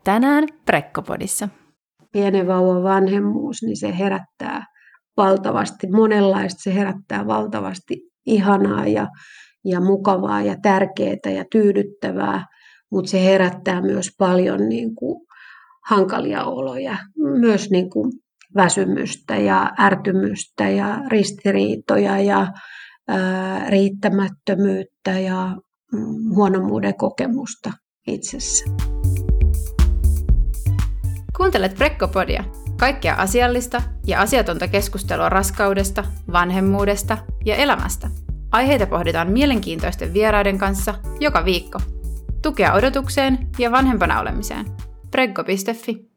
Tänään Prekkopodissa. Pienen vauvan vanhemmuus, niin se herättää valtavasti monenlaista. Se herättää valtavasti ihanaa ja mukavaa ja tärkeää ja tyydyttävää, mutta se herättää myös paljon niin kuin hankalia oloja, myös niin kuin väsymystä ja ärtymystä ja ristiriitoja ja riittämättömyyttä ja huonommuuden kokemusta itsessä. Kuuntelet Prekkopodia, kaikkea asiallista ja asiatonta keskustelua raskaudesta, vanhemmuudesta ja elämästä. Aiheita pohditaan mielenkiintoisten vieraiden kanssa joka viikko. Tukea odotukseen ja vanhempana olemiseen. Prekko.fi.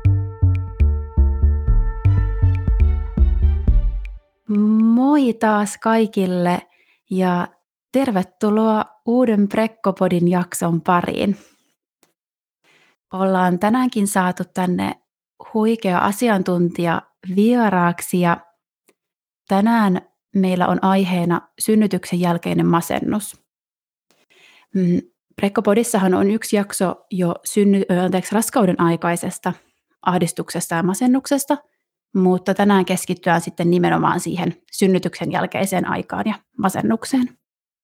Moi taas kaikille ja tervetuloa uuden Prekkopodin jakson pariin. Ollaan tänäänkin saatu tänne huikea asiantuntija vieraaksi ja tänään meillä on aiheena synnytyksen jälkeinen masennus. Prekkopodissahan on yksi jakso jo raskauden aikaisesta ahdistuksesta ja masennuksesta, mutta tänään keskitytään sitten nimenomaan siihen synnytyksen jälkeiseen aikaan ja masennukseen.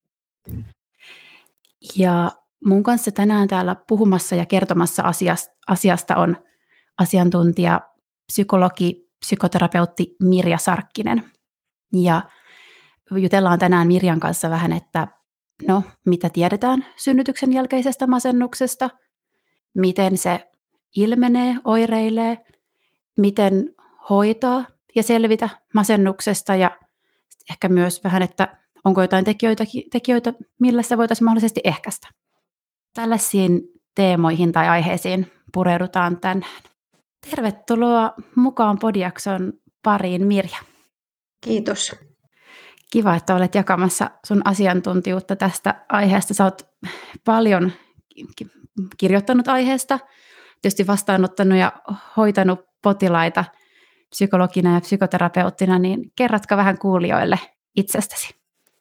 Ja mun kanssa tänään täällä puhumassa ja kertomassa asiasta on asiantuntija, psykologi, psykoterapeutti Mirja Sarkkinen. Ja jutellaan tänään Mirjan kanssa vähän, että mitä tiedetään synnytyksen jälkeisestä masennuksesta, miten se ilmenee, oireilee, miten hoitaa ja selvitä masennuksesta ja ehkä myös vähän, että onko jotain tekijöitä, millä sitä voitaisiin mahdollisesti ehkäistä. Tällaisiin teemoihin tai aiheisiin pureudutaan tänään. Tervetuloa mukaan podiakson pariin, Mirja. Kiitos. Kiva, että olet jakamassa sun asiantuntijuutta tästä aiheesta. Sä oot paljon kirjoittanut aiheesta, tietysti vastaanottanut ja hoitanut potilaita psykologina ja psykoterapeuttina, niin kerrotko vähän kuulijoille itsestäsi?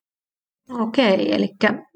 Okei, eli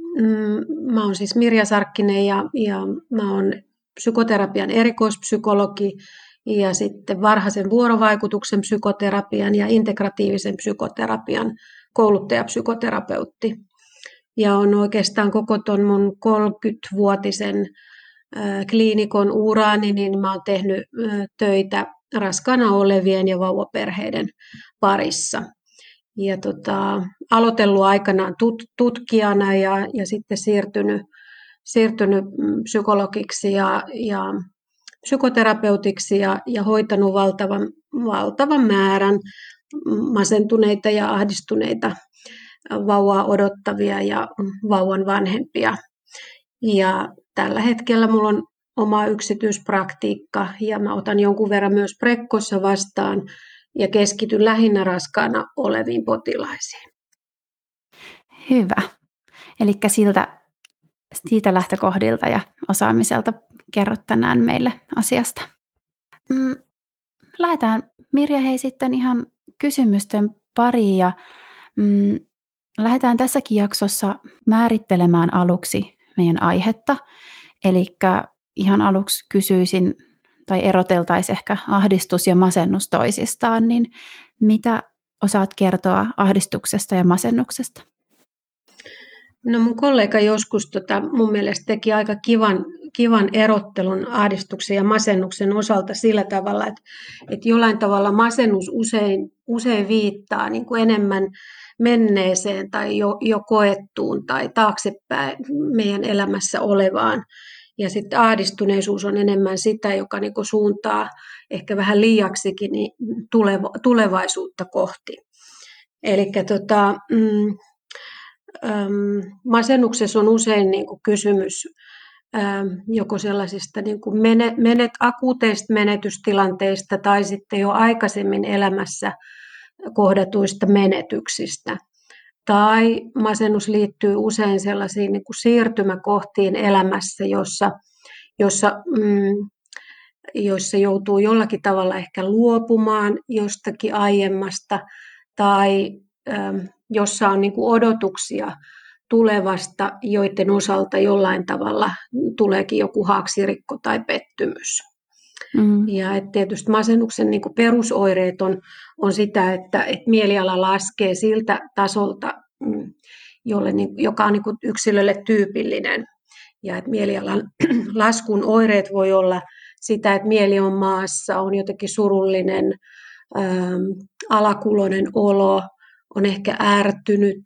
mä oon siis Mirja Sarkkinen ja mä oon psykoterapian erikoispsykologi ja sitten varhaisen vuorovaikutuksen psykoterapian ja integratiivisen psykoterapian kouluttajapsykoterapeutti. Ja on oikeastaan koko ton mun 30-vuotisen kliinikon uraani, niin mä oon tehnyt töitä raskaana olevien ja vauvaperheiden parissa. Ja aloitellut aikanaan tutkijana ja sitten siirtynyt psykologiksi ja psykoterapeutiksi ja hoitanut valtavan määrän masentuneita ja ahdistuneita vauvaa odottavia ja vauvan vanhempia. Ja tällä hetkellä mulla on oma yksityispraktiikka ja mä otan jonkun verran myös Prekkossa vastaan ja keskityn lähinnä raskaana oleviin potilaisiin. Hyvä. Eli siitä lähtökohdilta ja osaamiselta kerrot tänään meille asiasta. Lähdetään Mirja sitten ihan kysymysten pariin ja lähdetään tässäkin jaksossa määrittelemään aluksi meidän aihetta. Eli ihan aluksi kysyisin tai eroteltaisiin ehkä ahdistus ja masennus toisistaan, niin mitä osaat kertoa ahdistuksesta ja masennuksesta? No mun kollega joskus mun mielestä teki aika kivan erottelun ahdistuksen ja masennuksen osalta sillä tavalla, että jollain tavalla masennus usein viittaa niin kuin enemmän menneeseen tai jo koettuun tai taaksepäin meidän elämässä olevaan. Ja sitten ahdistuneisuus on enemmän sitä, joka niin kuin suuntaa ehkä vähän liiaksikin niin tulevaisuutta kohti. Eli masennuksessa on usein niin kuin kysymys joko sellaisista niin kuin akuuteista menetystilanteista tai sitten jo aikaisemmin elämässä kohdatuista menetyksistä. Tai masennus liittyy usein sellaisiin niin kuin siirtymäkohtiin elämässä, joissa joutuu jollakin tavalla ehkä luopumaan jostakin aiemmasta tai jossa on niin kuin odotuksia tulevasta, joiden osalta jollain tavalla tuleekin joku haaksirikko tai pettymys. Ja et tietysti masennuksen niin kuin perusoireet on sitä, että mieliala laskee siltä tasolta, joka on niin kuin yksilölle tyypillinen. Ja että mielialan laskun oireet voi olla sitä, että mieli on maassa, on jotenkin surullinen, alakuloinen olo, on ehkä ärtynyt,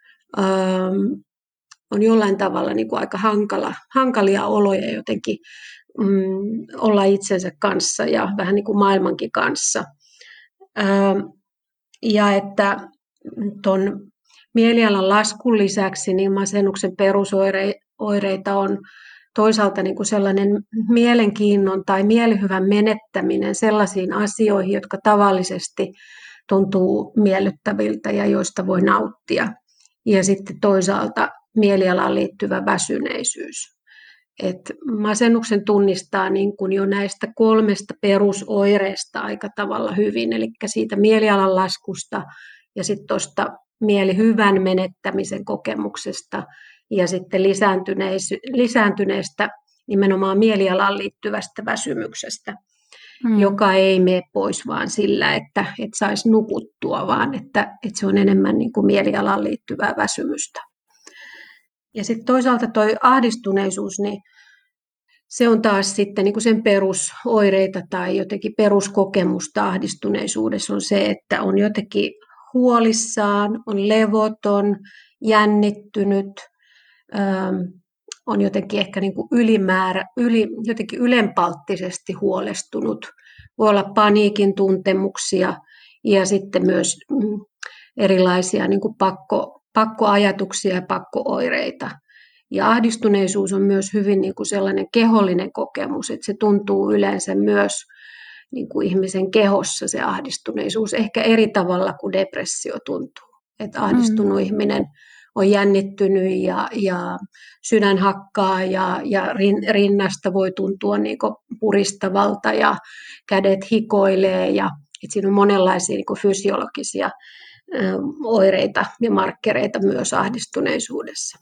on jollain tavalla niin kuin aika hankalia oloja jotenkin olla itsensä kanssa ja vähän niin kuin maailmankin kanssa. Ja että tuon mielialan laskun lisäksi niin masennuksen perusoireita on toisaalta niin kuin sellainen mielenkiinnon tai mielihyvän menettäminen sellaisiin asioihin, jotka tavallisesti tuntuu miellyttäviltä ja joista voi nauttia. Ja sitten toisaalta mielialaan liittyvä väsyneisyys. Et masennuksen tunnistaa niin kuin jo näistä 3 perusoireesta aika tavalla hyvin, eli siitä mielialan laskusta ja sitten tuosta mielihyvän menettämisen kokemuksesta ja sitten lisääntyneestä nimenomaan mielialaan liittyvästä väsymyksestä, joka ei mene pois vaan sillä, että saisi nukuttua, vaan että se on enemmän niin kuin mielialaan liittyvää väsymystä. Ja sitten toisaalta tuo ahdistuneisuus, niin se on taas sitten niin kuin sen perusoireita tai jotenkin peruskokemusta ahdistuneisuudessa on se, että on jotenkin huolissaan, on levoton, jännittynyt, on jotenkin ehkä niin kuin jotenkin ylenpalttisesti huolestunut. Voi olla paniikin tuntemuksia ja sitten myös erilaisia niin kuin pakkoajatuksia ja pakkooireita. Ja ahdistuneisuus on myös hyvin niin kuin sellainen kehollinen kokemus, että se tuntuu yleensä myös niin kuin ihmisen kehossa se ahdistuneisuus, ehkä eri tavalla kuin depressio tuntuu. Että ahdistunut ihminen on jännittynyt ja sydän hakkaa ja rinnasta voi tuntua niin kuin puristavalta ja kädet hikoilee. Ja, että siinä on monenlaisia niin kuin fysiologisia oireita ja markkereita myös ahdistuneisuudessa.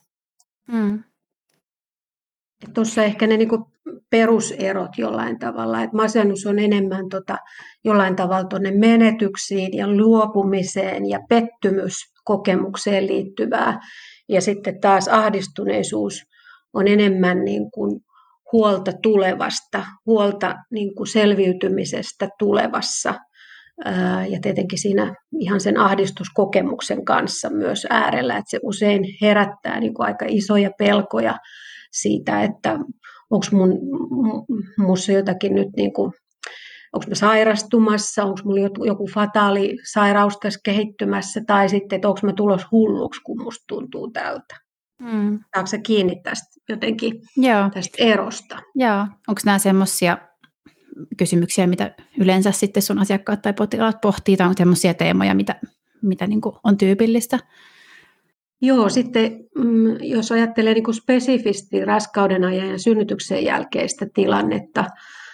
Tuossa ehkä ne niinku peruserot jollain tavalla, että masennus on enemmän jollain tavalla tuonne menetyksiin ja luopumiseen ja pettymyskokemukseen liittyvää. Ja sitten taas ahdistuneisuus on enemmän niin kuin huolta tulevasta, huolta niin kuin selviytymisestä tulevassa. Ja tietenkin siinä ihan sen ahdistuskokemuksen kanssa myös äärellä, että se usein herättää niin kuin aika isoja pelkoja siitä, että onko minussa jotakin nyt, niin kuin, onko mä sairastumassa, onko minulla joku fataali sairaus tässä kehittymässä, tai sitten, että onko mä tulossa hulluksi, kun musta tuntuu tältä. Saatko sä kiinni tästä jotenkin, tästä erosta? Joo. Onko nämä semmoisia kysymyksiä, mitä yleensä sitten sun asiakkaat tai potilaat pohtii, tai onko semmoisia teemoja, mitä niin kuin on tyypillistä? Joo, sitten jos ajattelee niin kuin spesifisti raskauden ajan ja synnytyksen jälkeistä tilannetta,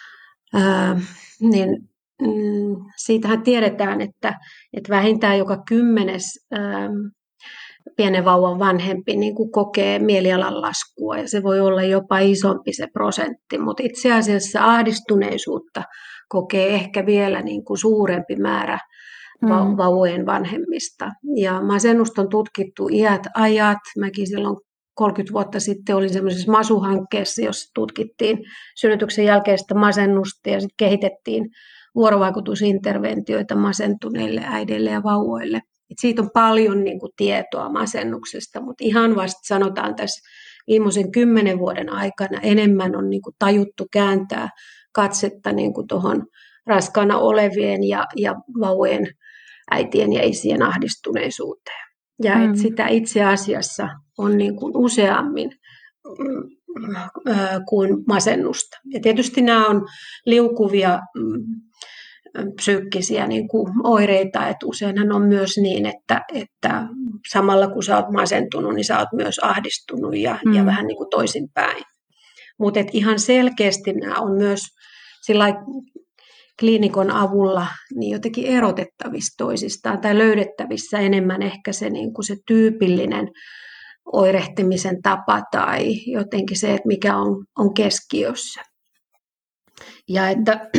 niin siitähän tiedetään, että vähintään joka 10. Pienen vauvan vanhempi niin kuin kokee mielialan laskua, ja se voi olla jopa isompi se prosentti, mutta itse asiassa ahdistuneisuutta kokee ehkä vielä niin kuin suurempi määrä vauvojen vanhemmista. Ja masennusta on tutkittu iät ajat. Mäkin silloin 30 vuotta sitten olin semmoisessa MASU-hankkeessa, jossa tutkittiin synnytyksen jälkeistä masennusta ja sitten kehitettiin vuorovaikutusinterventioita masentuneille äideille ja vauvoille. Et siitä on paljon niin kuin tietoa masennuksesta, mutta ihan vasta sanotaan tässä viimeisen 10 vuoden aikana enemmän on niin kuin tajuttu kääntää katsetta niin kuin tuohon raskaana olevien ja vauvojen äitien ja isien ahdistuneisuuteen. Ja että sitä itse asiassa on niin kuin useammin kuin masennusta. Ja tietysti nämä on liukuvia psyykkisiä niin kuin oireita, että useinhan on myös niin, että samalla kun sä oot masentunut, niin sä oot myös ahdistunut ja vähän niin kuin toisinpäin. Mutta ihan selkeästi nämä on myös kliinikon avulla niin jotenkin erotettavissa toisistaan tai löydettävissä enemmän ehkä se, niin kuin se tyypillinen oirehtimisen tapa tai jotenkin se, että mikä on keskiössä. Ja että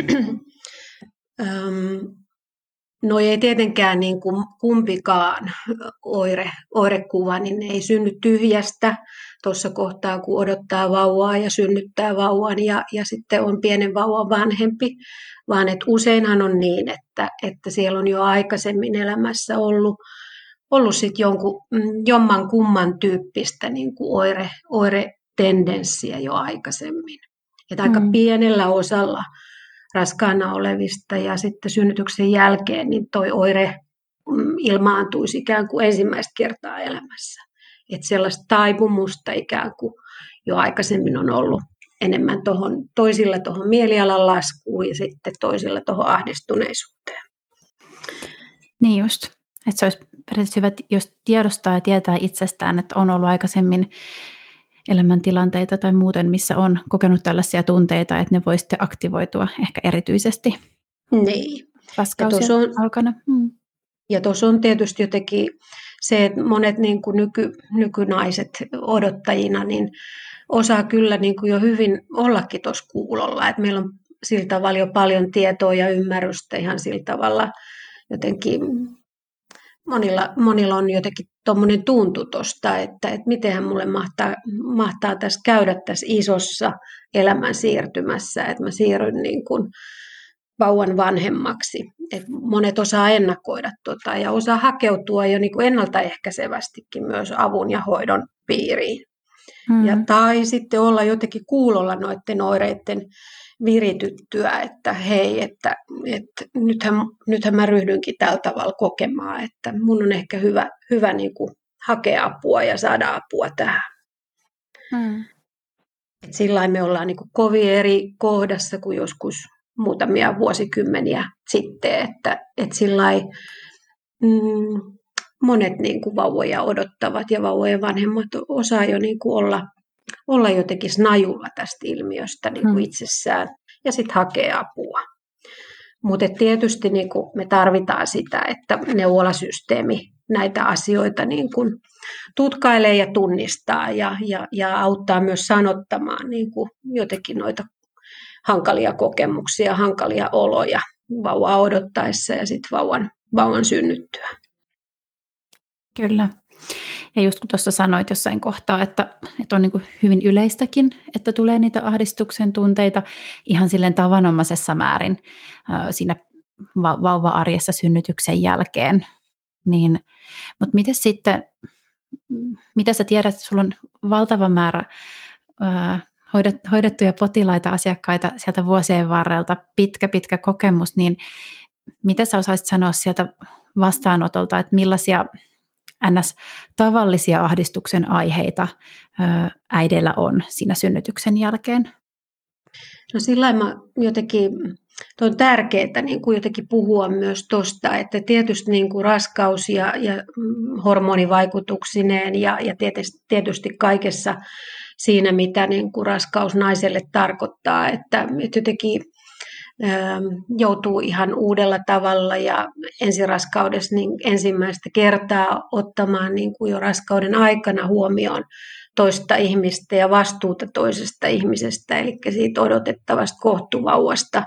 no ei tietenkään niin kuin kumpikaan oirekuva, niin ei synny tyhjästä tuossa kohtaa, kun odottaa vauvaa ja synnyttää vauvan ja sitten on pienen vauvan vanhempi, vaan että useinhan on niin, että siellä on jo aikaisemmin elämässä ollut sit jomman kumman tyyppistä niin kuin oiretendenssiä jo aikaisemmin. Että aika pienellä osalla raskaana olevista ja sitten synnytyksen jälkeen niin toi oire ilmaantuisi ikään kuin ensimmäistä kertaa elämässä. Että sellaista taipumusta ikään kuin jo aikaisemmin on ollut enemmän toisilla tuohon mielialan laskuun ja sitten toisilla tuohon ahdistuneisuuteen. Niin just. Että se olisi periaatteessa hyvä, jos tiedostaa ja tietää itsestään, että on ollut aikaisemmin elämäntilanteita tai muuten, missä on kokenut tällaisia tunteita, että ne voi sitten aktivoitua ehkä erityisesti. Niin. Raskausien aikana. Ja tuossa on tietysti jotenkin se, että monet niin kuin nykynaiset odottajina niin osaa kyllä niin kuin jo hyvin ollakin tuossa kuulolla. Että meillä on sillä tavalla jo paljon tietoa ja ymmärrystä ihan sillä tavalla jotenkin. Monilla on jotenkin tuommoinen tuntu tuosta, että mitenhän mulle mahtaa tässä käydä tässä isossa elämän siirtymässä, että mä siirryn niin kuin vauvan vanhemmaksi. Et monet osaa ennakoida ja osaa hakeutua jo niin kuin ennaltaehkäisevästikin myös avun ja hoidon piiriin. Tai sitten olla jotenkin kuulolla noiden oireiden virityttyä, että hei, että nythän mä ryhdynkin tällä tavalla kokemaan, että mun on ehkä hyvä niin kuin hakea apua ja saada apua tähän. Et sillain me ollaan niin kuin kovin eri kohdassa kuin joskus muutamia vuosikymmeniä sitten, että sillain monet niin kuin vauvoja odottavat ja vauvojen vanhemmat osaa jo niin kuin olla jotenkin snajulla tästä ilmiöstä niin kuin itsessään ja sitten hakee apua. Mutta tietysti niin kuin me tarvitaan sitä, että neuvolasysteemi näitä asioita niin kuin tutkailee ja tunnistaa ja auttaa myös sanottamaan niin kuin jotenkin noita hankalia kokemuksia, hankalia oloja vauvaa odottaessa ja sitten vauvan synnyttyä. Kyllä. Ja just kun tuossa sanoit jossain kohtaa, että on niin kuin hyvin yleistäkin, että tulee niitä ahdistuksen tunteita ihan silleen tavanomaisessa määrin siinä vauva-arjessa synnytyksen jälkeen. Niin, mutta miten sitten, mitä sä tiedät, että sulla on valtava määrä hoidettuja potilaita, asiakkaita sieltä vuosien varrelta, pitkä kokemus, niin mitä sä osaisit sanoa sieltä vastaanotolta, että millaisia tavallisia ahdistuksen aiheita äideillä on siinä synnytyksen jälkeen? No sillä mä jotenkin, on tärkeää niin kuin jotenkin puhua myös tuosta, että tietysti niin kuin raskaus ja hormonivaikutuksineen ja tietysti kaikessa siinä, mitä niin kuin raskaus naiselle tarkoittaa, että jotenkin joutuu ihan uudella tavalla ja ensiraskaudessa niin ensimmäistä kertaa ottamaan niin kuin jo raskauden aikana huomioon toista ihmistä ja vastuuta toisesta ihmisestä, eli siitä odotettavasta kohtuvauvasta.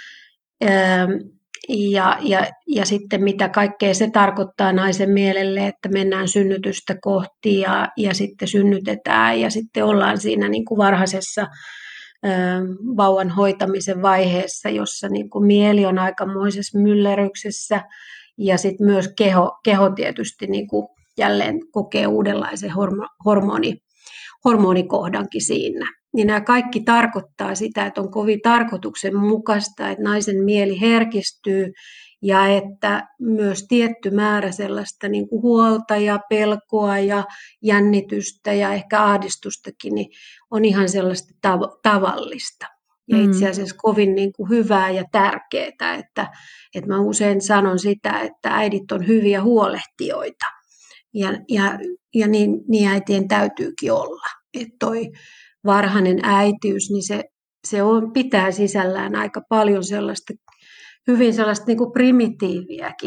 Ja sitten mitä kaikkea se tarkoittaa naisen mielelle, että mennään synnytystä kohti ja sitten synnytetään ja sitten ollaan siinä niin kuin varhaisessa vauvan hoitamisen vaiheessa, jossa niin kuin mieli on aikamoisessa myllerryksessä ja sitten myös keho tietysti niin kuin jälleen kokee uudenlaisen hormonikohdankin siinä. Niin nämä kaikki tarkoittaa sitä, että on kovin tarkoituksenmukaista, että naisen mieli herkistyy ja että myös tietty määrä sellaista niin kuin huolta ja pelkoa ja jännitystä ja ehkä ahdistustakin niin on ihan sellaista tavallista. Ja itse asiassa kovin niin kuin hyvää ja tärkeää, että mä usein sanon sitä, että äidit on hyviä huolehtijoita. Ja niin äitien täytyykin olla. Että toi varhainen äitiys, niin se pitää sisällään aika paljon sellaista, hyvin sellaista niin kuin primitiiviäkin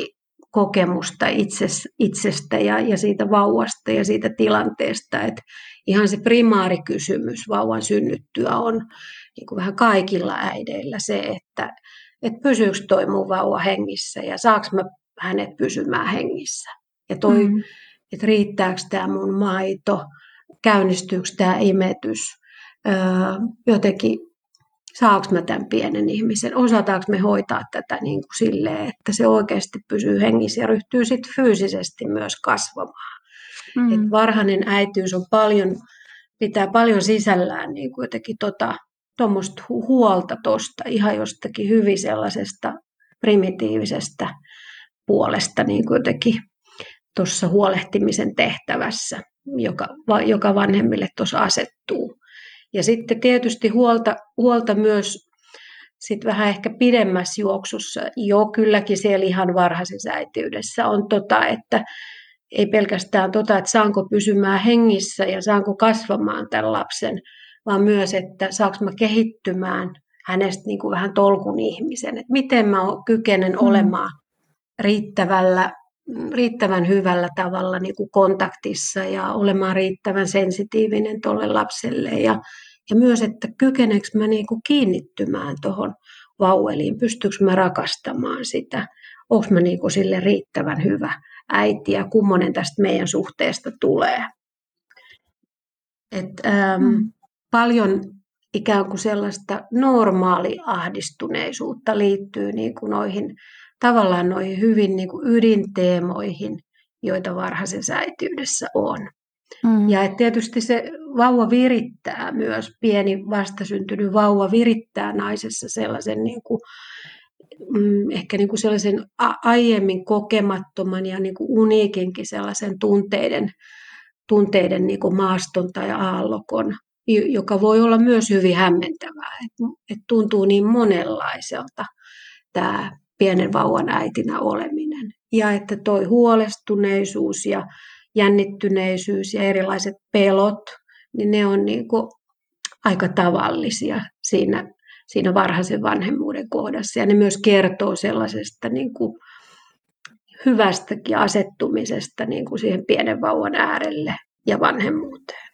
kokemusta itsestä ja siitä vauvasta ja siitä tilanteesta. Et ihan se primaarikysymys vauvan synnyttyä on niin kuin vähän kaikilla äideillä se, että pysyykö toi mun vauva hengissä ja saanko mä hänet pysymään hengissä. Ja että riittääkö tämä mun maito, käynnistyykö tämä imetys, jotenkin saanko mä tämän pienen ihmisen, osataanko me hoitaa tätä niin kuin silleen, että se oikeasti pysyy hengissä ja ryhtyy sitten fyysisesti myös kasvamaan. Et varhainen äitiys on pitää paljon sisällään niin kuin jotenkin tuommoista huolta tuosta ihan jostakin hyvin sellaisesta primitiivisestä puolesta niin kuin jotenkin tuossa huolehtimisen tehtävässä, joka vanhemmille tuossa asettuu. Ja sitten tietysti huolta myös sit vähän ehkä pidemmässä juoksussa, kylläkin siellä ihan varhaisessa äitiydessä on että ei pelkästään että saanko pysymään hengissä ja saanko kasvamaan tämän lapsen, vaan myös, että saanko mä kehittymään hänestä niin kuin vähän tolkun ihmisen, että miten mä kykenen olemaan riittävän hyvällä tavalla niin kuin kontaktissa ja olemaan riittävän sensitiivinen tuolle lapselle ja myös, että kykeneekö mä niin kuin kiinnittymään tuohon vauveliin, pystyykö mä rakastamaan sitä, onko mä niin kuin sille riittävän hyvä äiti ja kummonen tästä meidän suhteesta tulee. Paljon ikään kuin sellaista normaaliahdistuneisuutta liittyy niin kuin tavallaan noihin hyvin niin kuin ydinteemoihin, joita varhaisessa äitiydessä on. Ja että tietysti se vauva virittää myös, pieni vastasyntynyt vauva virittää naisessa sellaisen niin kuin, ehkä niin kuin sellaisen aiemmin kokemattoman ja niin kuin uniikinkin sellaisen tunteiden niin kuin maaston tai aallokon, joka voi olla myös hyvin hämmentävää, että tuntuu niin monenlaiselta tämä pienen vauvan äitinä oleminen. Ja että toi huolestuneisuus ja jännittyneisyys ja erilaiset pelot, niin ne on niin kuin aika tavallisia siinä varhaisen vanhemmuuden kohdassa. Ja ne myös kertoo sellaisesta niin kuin hyvästäkin asettumisesta niin kuin siihen pienen vauvan äärelle ja vanhemmuuteen.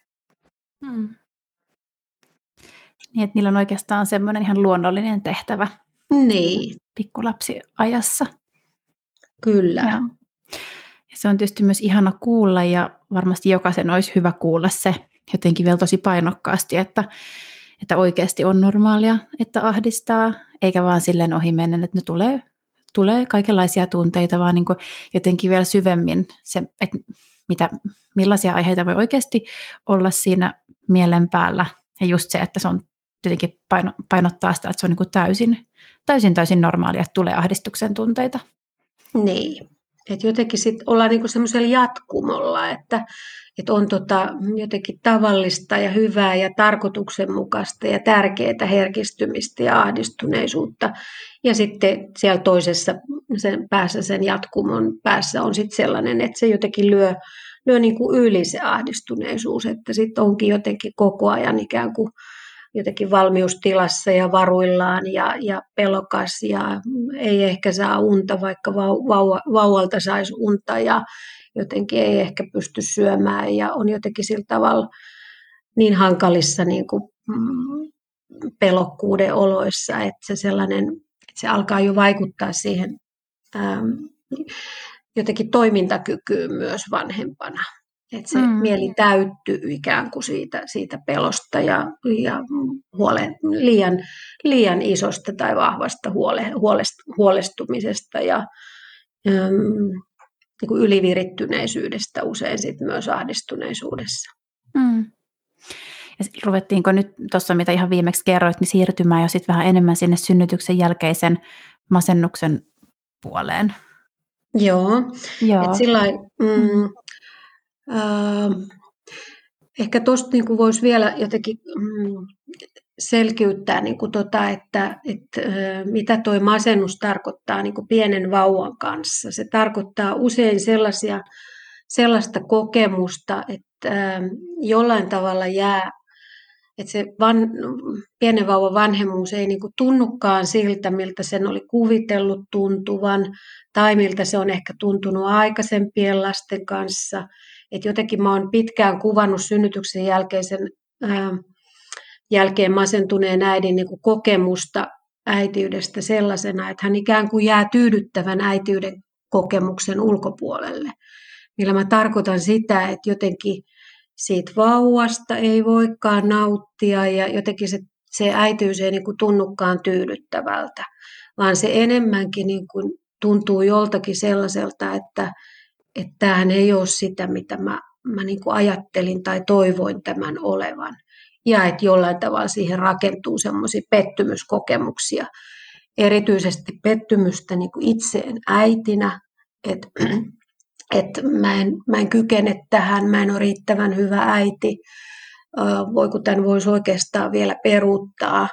Niin, että niillä on oikeastaan semmoinen ihan luonnollinen tehtävä pikkulapsiajassa. Kyllä. Ja se on tietysti myös ihana kuulla ja varmasti jokaisen olisi hyvä kuulla se jotenkin vielä tosi painokkaasti, että oikeasti on normaalia, että ahdistaa, eikä vaan silleen ohimennen, että ne tulee kaikenlaisia tunteita, vaan niin kuin jotenkin vielä syvemmin se, että millaisia aiheita voi oikeasti olla siinä mielen päällä. Ja just se, että se on tietenkin painottaa sitä, että se on niin kuin täysin normaalia, että tulee ahdistuksen tunteita. Niin, että jotenkin sitten ollaan niinku semmoisella jatkumolla, että on jotenkin tavallista ja hyvää ja tarkoituksenmukaista ja tärkeää herkistymistä ja ahdistuneisuutta. Ja sitten siellä toisessa sen jatkumon päässä on sitten sellainen, että se jotenkin lyö niinku yli se ahdistuneisuus, että sitten onkin jotenkin koko ajan ikään kuin jotenkin valmiustilassa ja varuillaan ja pelokas ja ei ehkä saa unta, vaikka vauvalta saisi unta ja jotenkin ei ehkä pysty syömään ja on jotenkin sillä tavalla niin hankalissa niin kuin, pelokkuuden oloissa, että se alkaa jo vaikuttaa siihen jotenkin toimintakykyyn myös vanhempana. Että se mieli täyttyy ikään kuin siitä pelosta ja liian isosta tai vahvasta huolestumisesta ja niin kuin ylivirittyneisyydestä usein sit myös ahdistuneisuudessa. Ja ruvettiinko nyt tuossa, mitä ihan viimeksi kerroit, niin siirtymään jo sit vähän enemmän sinne synnytyksen jälkeisen masennuksen puoleen? Joo. Et sillain, ehkä tuosta niin voisi vielä jotenkin selkiyttää, niin kuin että mitä tuo masennus tarkoittaa niin kuin pienen vauvan kanssa. Se tarkoittaa usein sellaista kokemusta, että jollain tavalla jää se pienen vauvan vanhemmuus ei niin kuin tunnukaan siltä, miltä sen oli kuvitellut tuntuvan, tai miltä se on ehkä tuntunut aikaisempien lasten kanssa. Et jotenkin mä oon pitkään kuvannut synnytyksen jälkeen masentuneen äidin niin kuin kokemusta äitiydestä sellaisena, että hän ikään kuin jää tyydyttävän äitiyden kokemuksen ulkopuolelle. Millä mä tarkoitan sitä, että jotenkin siitä vauvasta ei voikaan nauttia ja jotenkin se äitiys ei niin kuin tunnukaan tyydyttävältä, vaan se enemmänkin niin kuin tuntuu joltakin sellaiselta, että tämähän ei ole sitä, mitä mä niin kuin ajattelin tai toivoin tämän olevan. Ja että jollain tavalla siihen rakentuu semmoisia pettymyskokemuksia, erityisesti pettymystä niin kuin itseen äitinä, että mä en kykene tähän, mä en ole riittävän hyvä äiti, voiko tämän voisi oikeastaan vielä peruuttaa,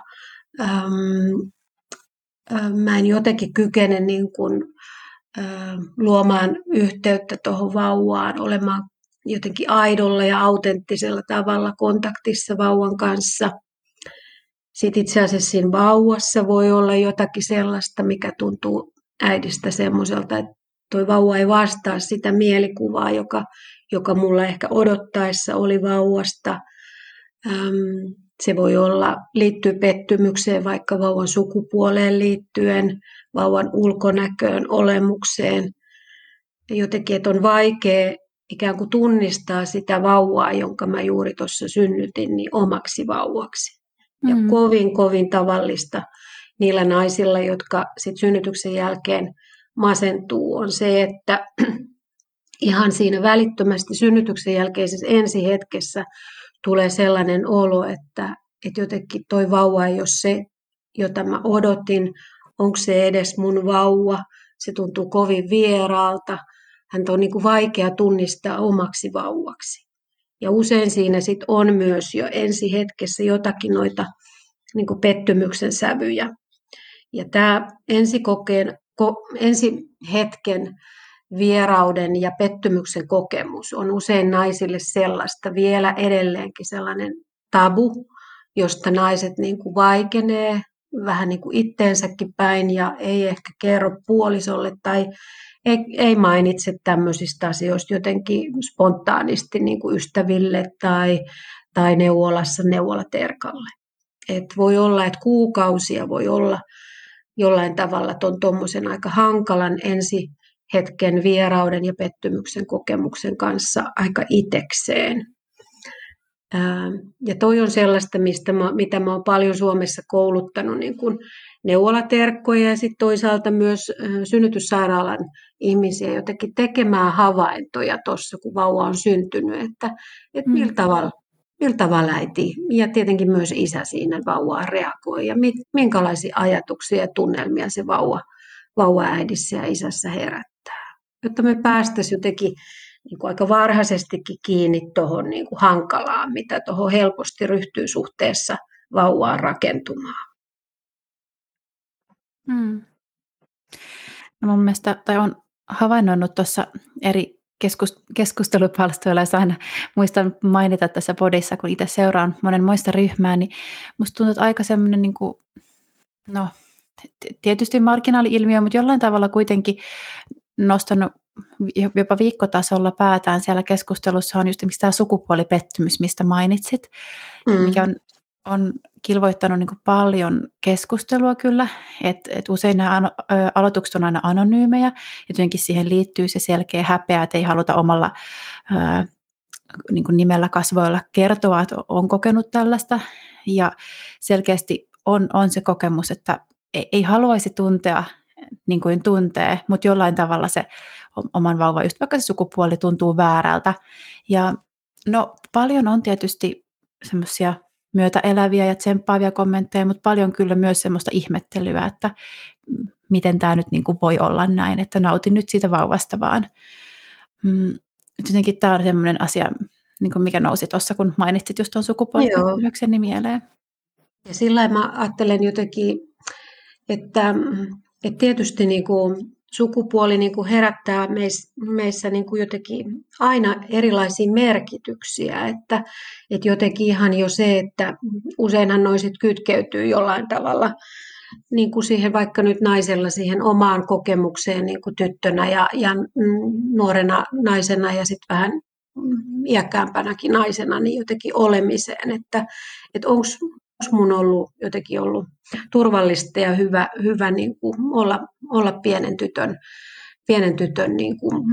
mä en jotenkin kykene niin kuin, luomaan yhteyttä tuohon vauvaan, olemaan jotenkin aidolla ja autenttisella tavalla kontaktissa vauvan kanssa. Sitten itse asiassa siinä vauvassa voi olla jotakin sellaista, mikä tuntuu äidistä semmoiselta, että toi vauva ei vastaa sitä mielikuvaa, joka mulla ehkä odottaessa oli vauvasta. Se voi liittyy pettymykseen vaikka vauvan sukupuoleen liittyen, vauvan ulkonäköön, olemukseen. Jotenkin, että on vaikea ikään kuin tunnistaa sitä vauvaa, jonka mä juuri tuossa synnytin, niin omaksi vauvaksi. Ja kovin tavallista niillä naisilla, jotka sit synnytyksen jälkeen masentuu, on se, että ihan siinä välittömästi synnytyksen jälkeisessä ensihetkessä tulee sellainen olo, että jotenkin toi vauva ei ole se, jota mä odotin, onko se edes mun vauva, se tuntuu kovin vieraalta, häntä on niin kuin vaikea tunnistaa omaksi vauvaksi. Ja usein siinä sit on myös jo ensihetkessä jotakin noita niin kuin pettymyksen sävyjä. Ja tämä ensihetken vierauden ja pettymyksen kokemus on usein naisille sellaista vielä edelleenkin sellainen tabu, josta naiset niin kuin vaikenee vähän niin kuin itteensäkin päin ja ei ehkä kerro puolisolle tai ei mainitse tämmöisistä asioista jotenkin spontaanisti niin kuin ystäville tai neuvolassa neuvolaterkalle. Et voi olla, että kuukausia voi olla jollain tavalla tuommoisen aika hankalan ensihetken vierauden ja pettymyksen kokemuksen kanssa aika itekseen. Ja toi on sellaista, mitä mä oon paljon Suomessa kouluttanut niin kuin neuvolaterkkoja ja sitten toisaalta myös synnytyssairaalan ihmisiä jotenkin tekemään havaintoja tuossa, kun vauva on syntynyt, että millä tavalla äiti ja tietenkin myös isä siinä vauvaan reagoi ja minkälaisia ajatuksia ja tunnelmia se vauva äidissä ja isässä herättää. Jotta me päästäisiin jotenkin niin kuin aika varhaisestikin kiinni tuohon niin kuin hankalaan, mitä tuohon helposti ryhtyy suhteessa vauvaan rakentumaan. No mun mielestä, tai on havainnoinut tuossa eri keskustelupalstoilla, jos aina muistan mainita tässä podissa, kun itse seuraan monenmoista ryhmää, niin musta tuntuu, että aika semmoinen, niin kuin, no tietysti marginaali-ilmiö, mutta jollain tavalla kuitenkin nostanut jopa viikkotasolla päätään siellä keskustelussa on just tämä sukupuolipettymys, mistä mainitsit, mikä on kilvoittanut niin kuin paljon keskustelua kyllä, että usein nämä aloitukset on aina anonyymejä, ja jotenkin siihen liittyy se selkeä häpeä, että ei haluta omalla niin kuin nimellä kasvoilla kertoa, että on kokenut tällaista, ja selkeästi on se kokemus, että ei haluaisi tuntea niin kuin tuntee, mutta jollain tavalla se oman vauvan, just vaikka se sukupuoli tuntuu väärältä. Ja no paljon on tietysti semmoisia myötäeläviä ja tsemppaavia kommentteja, mutta paljon kyllä myös semmoista ihmettelyä, että miten tämä nyt niin kuin voi olla näin, että nautin nyt siitä vauvasta vaan. Jotenkin tämä on semmoinen asia, niin kuin mikä nousi tuossa, kun mainitsit just tuon sukupuolipettymyksen niin mieleen. Ja sillä mä ajattelen jotenkin, että tietysti niin kuin sukupuoli niin kuin herättää meissä niin kuin jotenkin aina erilaisia merkityksiä, että jotenkin ihan jo se, että useinhan noiset kytkeytyy jollain tavalla niin kuin siihen vaikka nyt naisella siihen omaan kokemukseen niin kuin tyttönä ja nuorena naisena ja sitten vähän iäkkäämpänäkin naisena niin jotenkin olemiseen, että onko mun ollut turvallista ja hyvä niin kuin olla pienen tytön niin kuin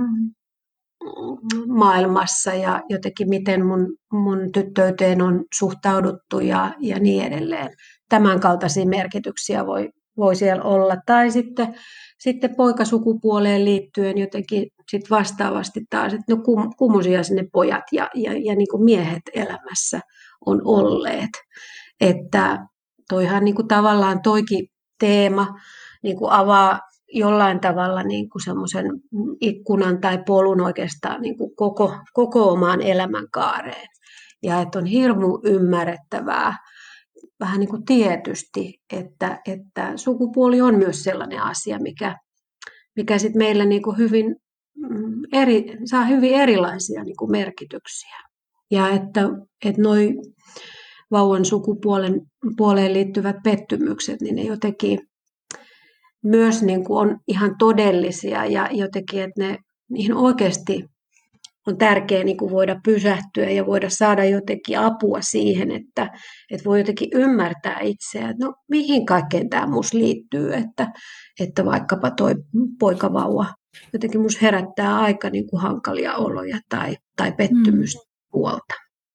maailmassa ja jotenkin miten mun tyttöyteen on suhtauduttu ja niin edelleen. Tämän kaltaisia merkityksiä voi siellä olla. Tai sitten poikasukupuoleen liittyen jotenkin sit vastaavasti taas, että no kummosia ne pojat ja niin kuin miehet elämässä on olleet. Että toihan niin kuin tavallaan toikin teema niin kuin avaa jollain tavalla niin kuin semmoisen ikkunan tai polun oikeastaan niin kuin koko omaan elämänkaareen. Ja että on hirmu ymmärrettävää, vähän niin kuin tietysti, että sukupuoli on myös sellainen asia, mikä sit meillä niin kuin saa hyvin erilaisia niin kuin merkityksiä. Ja että noi vauvan sukupuoleen liittyvät pettymykset, niin ne jotenkin myös niin kuin on ihan todellisia ja jotenkin, että niihin oikeasti on tärkeää niin kuin voida pysähtyä ja voida saada jotenkin apua siihen, että voi jotenkin ymmärtää itseään, että no mihin kaikkeen tämä musta liittyy, että vaikkapa toi poikavauva jotenkin musta herättää aika niin kuin hankalia oloja tai pettymystä puolta.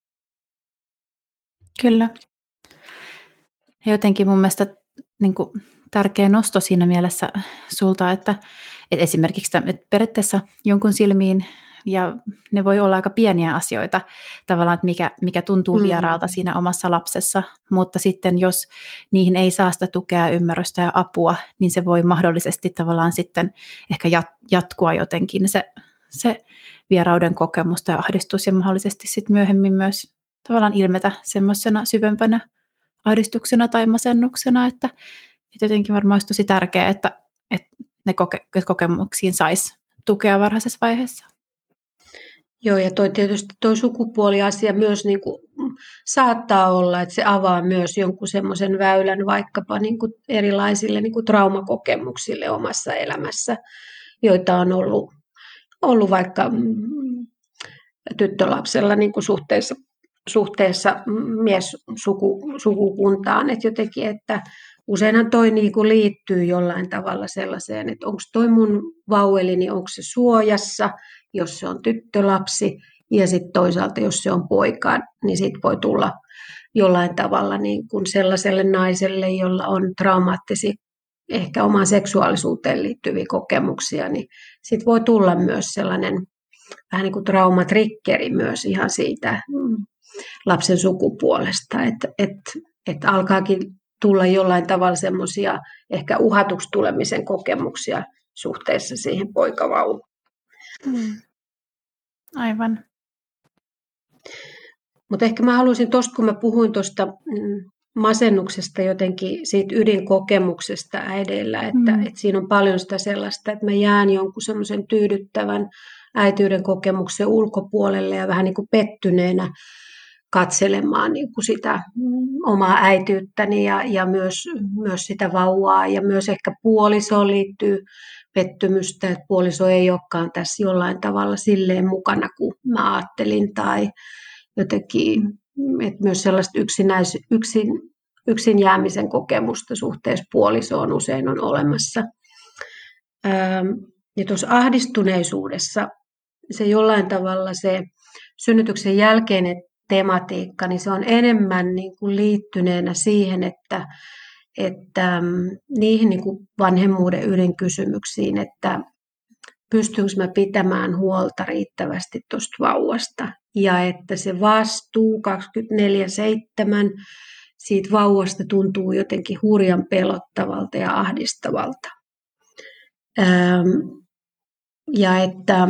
Kyllä. Ja jotenkin mun mielestä niin kuin tärkeä nosto siinä mielessä sulta, että esimerkiksi että periaatteessa jonkun silmiin, ja ne voi olla aika pieniä asioita tavallaan, että mikä tuntuu vieraalta siinä omassa lapsessa, mutta sitten jos niihin ei saa sitä tukea, ymmärrystä ja apua, niin se voi mahdollisesti tavallaan sitten ehkä jatkua jotenkin se vierauden kokemus tai ahdistus ja mahdollisesti sitten myöhemmin myös tavallaan ilmetä semmoisena syvempänä ahdistuksena tai masennuksena, että jotenkin varmaan olisi tosi tärkeää, että ne kokemuksiin saisi tukea varhaisessa vaiheessa. Joo, ja toi sukupuoliasia myös niin kuin saattaa olla, että se avaa myös jonkun semmoisen väylän vaikkapa niin kuin erilaisille niin kuin traumakokemuksille omassa elämässä, joita on ollut vaikka tyttölapsella niin kuin suhteessa miessukukuntaan, että jotenkin, että useinhan toi niin kuin liittyy jollain tavalla sellaiseen, että onko toi mun vauvelini, onko se suojassa, jos se on tyttölapsi, ja sitten toisaalta, jos se on poika, niin siitä voi tulla jollain tavalla niin kuin sellaiselle naiselle, jolla on traumaattisia, ehkä omaan seksuaalisuuteen liittyviä kokemuksia, niin sitten voi tulla myös sellainen vähän niin kuin traumatrikkeri myös ihan siitä lapsen sukupuolesta, että alkaakin tulla jollain tavalla semmoisia ehkä uhatuksi tulemisen kokemuksia suhteessa siihen poikavauvaan. Aivan. Mutta ehkä mä haluaisin tuosta, kun mä puhuin tuosta masennuksesta jotenkin siitä ydinkokemuksesta äideillä, että siinä on paljon sitä sellaista, että mä jään jonkun semmoisen tyydyttävän äitiyden kokemuksen ulkopuolelle ja vähän niin kuin pettyneenä katselemaan niin kuin sitä omaa äitiyttäni ja myös sitä vauvaa ja myös ehkä puolisoon liittyy pettymystä, että puoliso ei olekaan tässä jollain tavalla silleen mukana kuin mä ajattelin tai jotenkin, että myös sellaista yksin jäämisen kokemusta suhteessa puolisoon usein on olemassa. Ja tuossa ahdistuneisuudessa se jollain tavalla se synnytyksen jälkeinen tematiikka, niin se on enemmän niin kuin liittyneenä siihen, että niihin niin kuin vanhemmuuden ydinkysymyksiin, että pystynkö mä pitämään huolta riittävästi tuosta vauvasta ja että se vastuu 24/7 siitä vauvasta tuntuu jotenkin hurjan pelottavalta ja ahdistavalta. Ja että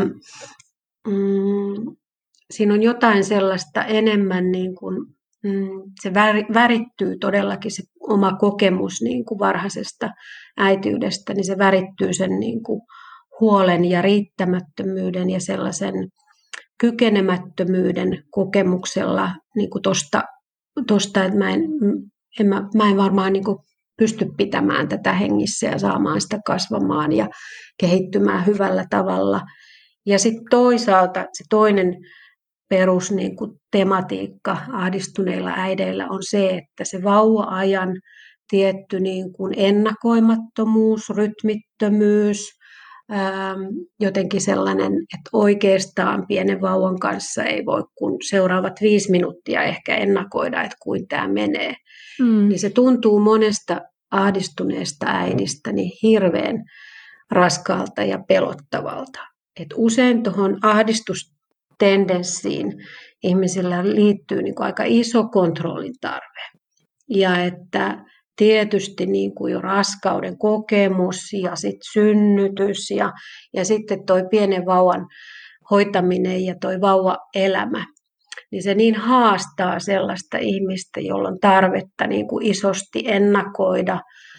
siinä on jotain sellaista enemmän, niin kuin, se värittyy todellakin se oma kokemus niin kuin varhaisesta äitiydestä, niin se värittyy sen niin kuin huolen ja riittämättömyyden ja sellaisen kykenemättömyyden kokemuksella niin kuin tosta, että mä en varmaan niin kuin pysty pitämään tätä hengissä ja saamaan sitä kasvamaan ja kehittymään hyvällä tavalla. Ja sitten toisaalta se toinen perus niin kuin tematiikka ahdistuneilla äideillä on se, että se vauva-ajan tietty niin kuin ennakoimattomuus, rytmittömyys, jotenkin sellainen, että oikeastaan pienen vauvan kanssa ei voi kun seuraavat 5 minuuttia ehkä ennakoida, että kuin tämä menee. Niin se tuntuu monesta ahdistuneesta äidistä niin hirveän raskaalta ja pelottavalta. Et usein tuohon ahdistustendenssiin ihmisillä liittyy niin kuin aika iso kontrollin tarve. Ja että tietysti niin kuin jo raskauden kokemus ja sitten synnytys ja sitten toi pienen vauvan hoitaminen ja toi vauvaelämä, niin se niin haastaa sellaista ihmistä, jolla on tarvetta niin kuin isosti ennakoida,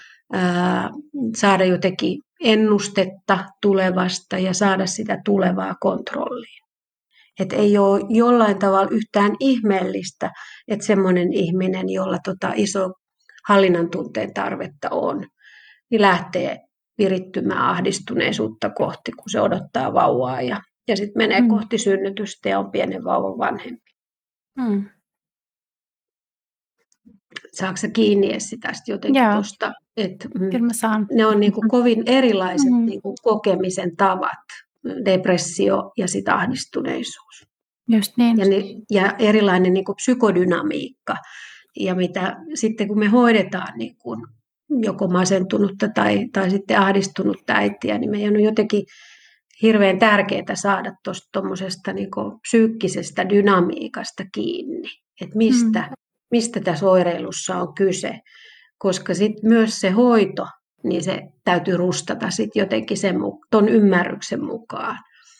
saada jotenkin ennustetta tulevasta ja saada sitä tulevaa kontrolliin. Että ei ole jollain tavalla yhtään ihmeellistä, että semmoinen ihminen, jolla iso hallinnan tunteen tarvetta on, niin lähtee virittymään ahdistuneisuutta kohti, kun se odottaa vauvaa ja sitten menee kohti synnytystä ja on pienen vauvan vanhempi. Saatko sä kiinni Essi tästä jotenkin tuosta? Kyllä mä saan. Ne on niin kuin kovin erilaiset niin kuin kokemisen tavat, depressio ja sitten ahdistuneisuus. Just niin. Ja erilainen niin kuin psykodynamiikka. Ja mitä sitten kun me hoidetaan niin kuin joko masentunutta tai sitten ahdistunutta äitiä, niin meidän on jotenkin hirveän tärkeää saada tuosta tuommoisesta niin kuin psyykkisestä dynamiikasta kiinni. Että mistä tässä oireilussa on kyse. Koska sitten myös se hoito, niin se täytyy rustata sitten jotenkin ton ymmärryksen mukaan.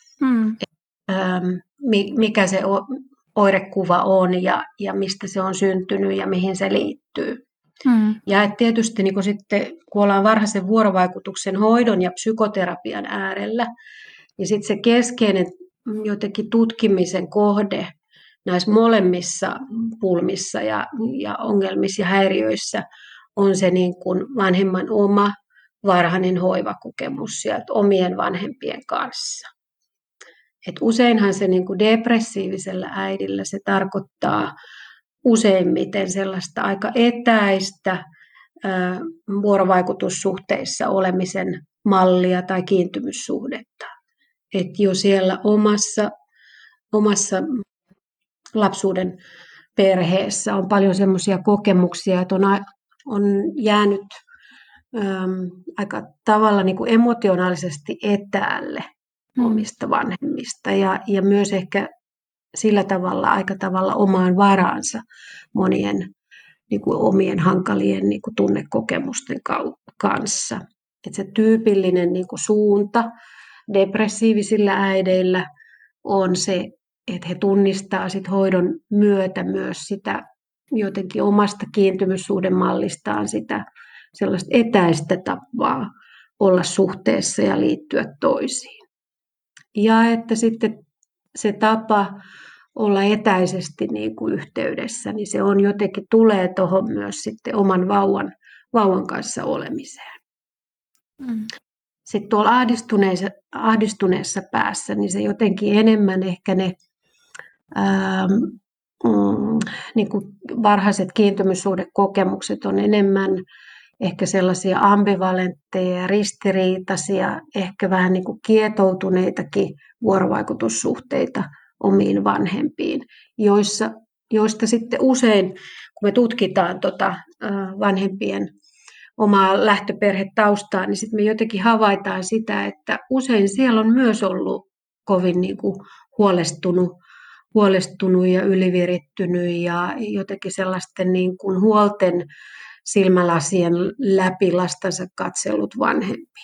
Mikä se oirekuva on ja mistä se on syntynyt ja mihin se liittyy. Ja et tietysti niin kun sitten, kun ollaan varhaisen vuorovaikutuksen hoidon ja psykoterapian äärellä, niin sitten se keskeinen jotenkin tutkimisen kohde näissä molemmissa pulmissa ja ongelmissa ja häiriöissä on se niin kuin vanhemman oma varhainen hoivakokemus sieltä omien vanhempien kanssa. Et useinhan se niin kuin depressiivisellä äidillä se tarkoittaa useimmiten sellaista aika etäistä vuorovaikutussuhteissa olemisen mallia tai kiintymyssuhdetta. Et jo siellä omassa lapsuuden perheessä on paljon semmoisia kokemuksia, että on jäänyt aika tavalla niin kuin emotionaalisesti etäälle omista vanhemmista ja myös ehkä sillä tavalla aika tavalla omaan varaansa monien niin kuin omien hankalien niin kuin tunnekokemusten kanssa. Et se tyypillinen niin kuin suunta depressiivisillä äideillä on se, että he tunnistaa sit hoidon myötä myös sitä jotenkin omasta kiintymyssuhdemallistaan sitä sellaista etäistä tapaa olla suhteessa ja liittyä toisiin. Ja että sitten se tapa olla etäisesti niin kuin yhteydessä, niin se on jotenkin tulee tuohon myös sitten oman vauvan kanssa olemiseen. Sitten tuolla ahdistuneessa päässä, niin se jotenkin enemmän ehkä ne niin kuin varhaiset kiintymyssuhdekokemukset on enemmän ehkä sellaisia ambivalentteja ja ristiriitaisia, ehkä vähän niin kuin kietoutuneitakin vuorovaikutussuhteita omiin vanhempiin, joista sitten usein, kun me tutkitaan vanhempien omaa lähtöperhetaustaa, niin sitten me jotenkin havaitaan sitä, että usein siellä on myös ollut kovin niin kuin huolestunut ja ylivirittynyt ja jotenkin sellaisten niin kuin huolten silmälasien läpi lastansa katsellut vanhempi.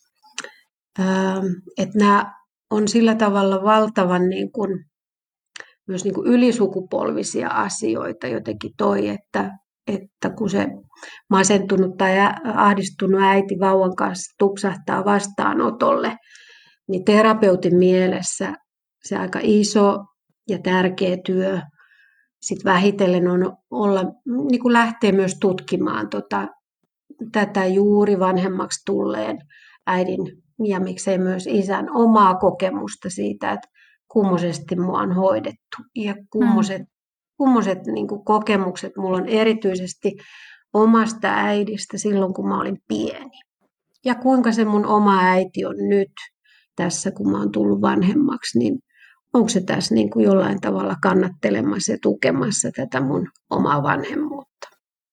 Että nämä on sillä tavalla valtavan niin kuin, myös niin kuin ylisukupolvisia asioita jotenkin että kun se masentunut tai ahdistunut äiti vauvan kanssa tupsahtaa vastaanotolle, niin terapeutin mielessä se aika iso ja tärkeä työ sitten vähitellen on olla, niin kuin lähtee myös tutkimaan tätä juuri vanhemmaksi tulleen äidin ja miksei myös isän omaa kokemusta siitä, että kummoisesti mua on hoidettu ja kummoiset niin kuin kokemukset mulla on erityisesti omasta äidistä silloin, kun mä olin pieni. Ja kuinka se mun oma äiti on nyt tässä, kun mä oon tullut vanhemmaksi, niin onko se tässä niin kuin jollain tavalla kannattelemassa ja tukemassa tätä mun omaa vanhemmuutta.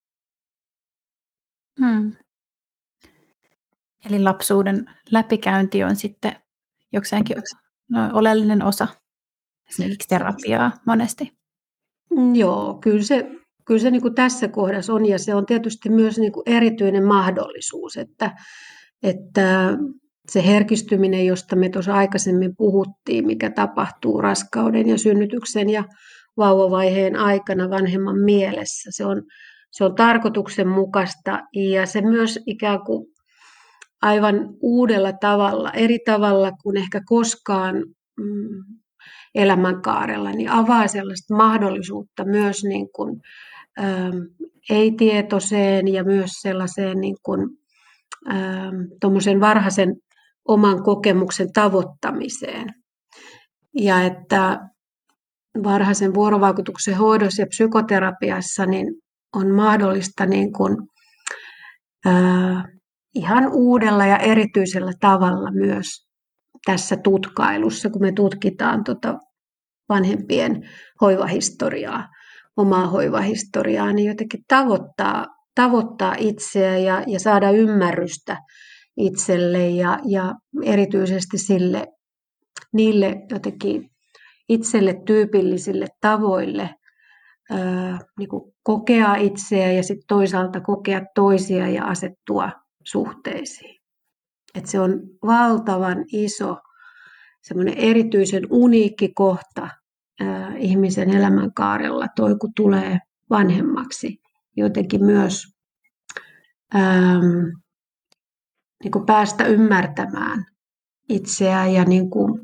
Eli lapsuuden läpikäynti on sitten jokseenkin oleellinen osa esimerkiksi terapiaa monesti. Joo, kyllä se niin kuin tässä kohdassa on, ja se on tietysti myös niin kuin erityinen mahdollisuus, että se herkistyminen, josta me tuossa aikaisemmin puhuttiin, mikä tapahtuu raskauden ja synnytyksen ja vauvavaiheen aikana vanhemman mielessä, se on tarkoituksenmukaista ja se myös ikään kuin aivan uudella tavalla, eri tavalla kuin ehkä koskaan elämänkaarella, niin avaa sellaista mahdollisuutta myös niin kuin, ei-tietoiseen ja myös sellaiseen niin kuin, tuommoisen varhaisen oman kokemuksen tavoittamiseen. Ja että varhaisen vuorovaikutuksen hoidossa ja psykoterapiassa niin on mahdollista niin kuin, ihan uudella ja erityisellä tavalla myös tässä tutkailussa, kun me tutkitaan vanhempien hoivahistoriaa, omaa hoivahistoriaa, niin jotenkin tavoittaa itseä ja saada ymmärrystä itselle ja erityisesti niille jotenkin itselle tyypillisille tavoille niin kuin kokea itseä ja sitten toisaalta kokea toisia ja asettua suhteisiin. Et se on valtavan iso, semmoinen erityisen uniikki kohta ihmisen elämänkaarella, kun tulee vanhemmaksi. Jotenkin myös niin kuin päästä ymmärtämään itseään ja niin kuin,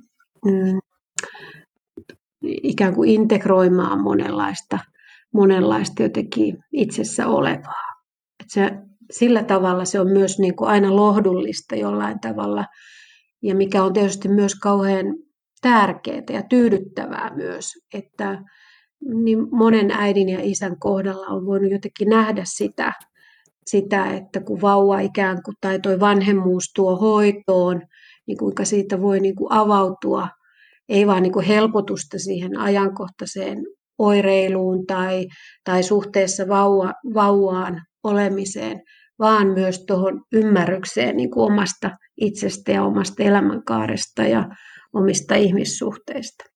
ikään kuin integroimaan monenlaista jotenkin itsessä olevaa. Sillä tavalla se on myös niin kuin aina lohdullista jollain tavalla, ja mikä on tietysti myös kauhean tärkeää ja tyydyttävää myös, että niin monen äidin ja isän kohdalla on voinut jotenkin nähdä sitä, että kun vauva ikään kuin tai toi vanhemmuus tuo hoitoon, niin kuinka siitä voi niin kuin avautua, ei vaan niin kuin helpotusta siihen ajankohtaiseen oireiluun tai suhteessa vauvaan olemiseen, vaan myös tuohon ymmärrykseen niin kuin omasta itsestä ja omasta elämänkaaresta ja omista ihmissuhteista.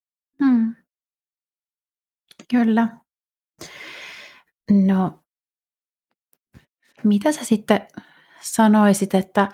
Kyllä. No, mitä sä sitten sanoisit, että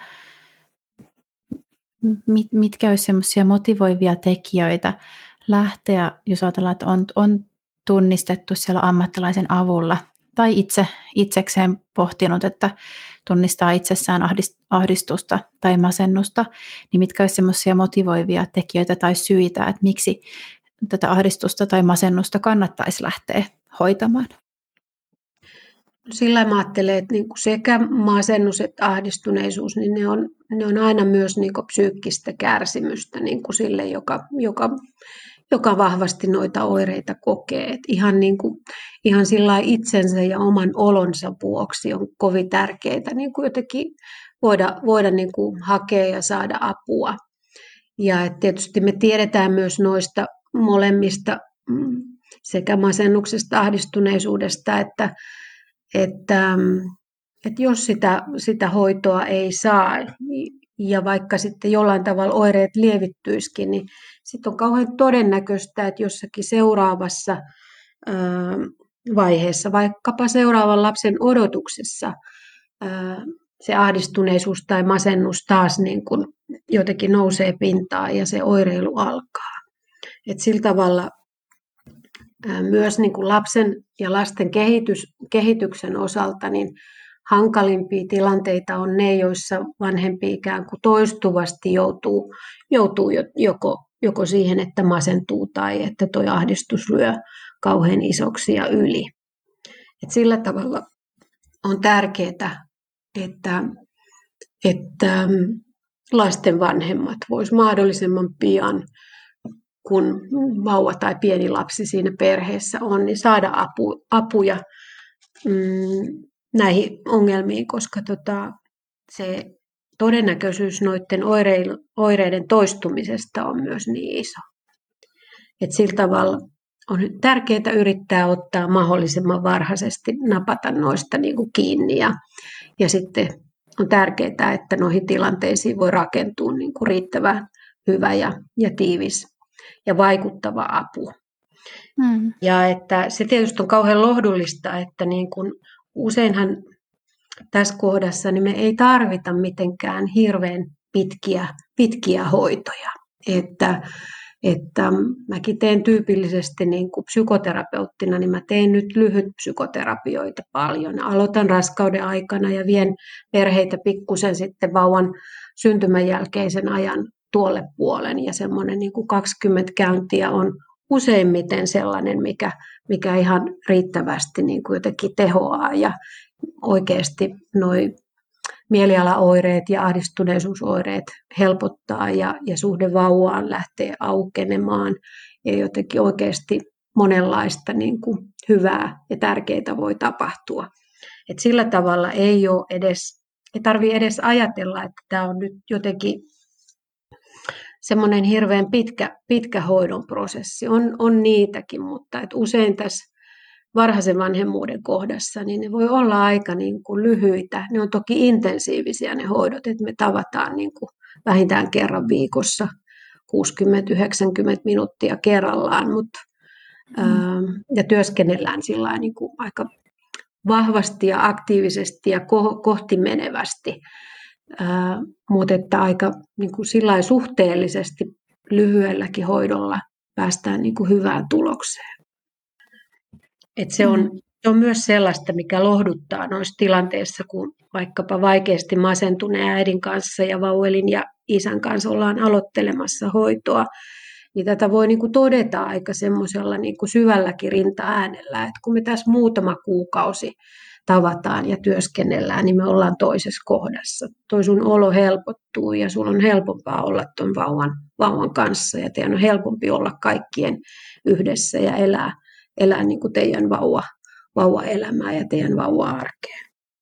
mitkä olisi semmoisia motivoivia tekijöitä lähteä, jos ajatellaan, että on tunnistettu siellä ammattilaisen avulla tai itsekseen pohtinut, että tunnistaa itsessään ahdistusta tai masennusta, niin mitkä olisi semmoisia motivoivia tekijöitä tai syitä, että miksi tätä ahdistusta tai masennusta kannattaisi lähteä hoitamaan? Sillä mä ajattelen, että niin kuin sekä masennus että ahdistuneisuus, niin ne on aina myös niin kuin psyykkistä kärsimystä niin kuin sille, joka vahvasti noita oireita kokee. Et ihan sillä itsensä ja oman olonsa vuoksi on kovin tärkeää niin kuin jotenkin voida niin kuin hakea ja saada apua. Ja et tietysti me tiedetään myös noista molemmista sekä masennuksesta, ahdistuneisuudesta, että jos sitä hoitoa ei saa ja vaikka sitten jollain tavalla oireet lievittyisikin, niin sitten on kauhean todennäköistä, että jossakin seuraavassa vaiheessa, vaikkapa seuraavan lapsen odotuksessa, se ahdistuneisuus tai masennus taas niin kuin jotenkin nousee pintaan ja se oireilu alkaa. Et sillä tavalla myös niin kuin lapsen ja lasten kehityksen osalta niin hankalimpia tilanteita on ne, joissa vanhempi ikään kuin toistuvasti joutuu joko siihen, että masentuu tai että tuo ahdistus lyö kauhean isoksi ja yli. Et sillä tavalla on tärkeää, että lasten vanhemmat vois mahdollisimman pian, kun vauva tai pieni lapsi siinä perheessä on, niin saada apuja näihin ongelmiin, koska se todennäköisyys noiden oireiden toistumisesta on myös niin iso. Et sillä tavalla on tärkeää yrittää ottaa mahdollisimman varhaisesti, napata noista niin kuin kiinni ja sitten on tärkeää, että noihin tilanteisiin voi rakentua niin kuin riittävän hyvä ja tiivis ja vaikuttava apu. Ja että se tietysti on kauhean lohdullista, että niin kuin useinhan tässä kohdassa niin me ei tarvita mitenkään hirveän pitkiä hoitoja. Että mäkin teen tyypillisesti niin kuin psykoterapeuttina, niin mä teen nyt lyhytpsykoterapioita paljon. Aloitan raskauden aikana ja vien perheitä pikkusen sitten vauvan syntymän jälkeisen ajan tuolle puolen. Ja semmoinen niin kuin 20 käyntiä on useimmiten sellainen, mikä ihan riittävästi niin kuin jotenkin tehoaa ja oikeasti noi mielialaoireet ja ahdistuneisuusoireet helpottaa ja suhde vauvaan lähtee aukenemaan ja jotenkin oikeasti monenlaista niin kuin hyvää ja tärkeää voi tapahtua. Et sillä tavalla ei tarvitse edes ajatella, että tämä on nyt jotenkin semmoinen hirveän pitkä hoidon prosessi. On niitäkin, mutta et usein tässä varhaisen vanhemmuuden kohdassa, niin ne voi olla aika niin kuin lyhyitä. Ne on toki intensiivisiä ne hoidot, että me tavataan niin kuin vähintään kerran viikossa 60-90 minuuttia kerrallaan, ja työskennellään sillä niin kuin aika vahvasti ja aktiivisesti ja kohti menevästi, mutta että aika niin kuin sillä suhteellisesti lyhyelläkin hoidolla päästään niin kuin hyvään tulokseen. Se on myös sellaista, mikä lohduttaa noissa tilanteissa, kun vaikkapa vaikeasti masentuneen äidin kanssa ja vauvelin ja isän kanssa ollaan aloittelemassa hoitoa, niin tätä voi niin kuin todeta aika semmoisella niin kuin syvälläkin rintaäänellä, että kun me tässä muutama kuukausi tavataan ja työskennellään, niin me ollaan toisessa kohdassa. Toi sun olo helpottuu ja sulla on helpompaa olla tuon vauvan kanssa ja teidän on helpompi olla kaikkien yhdessä ja elää niin kuin teidän vauva-elämää ja teidän vauva-arkea.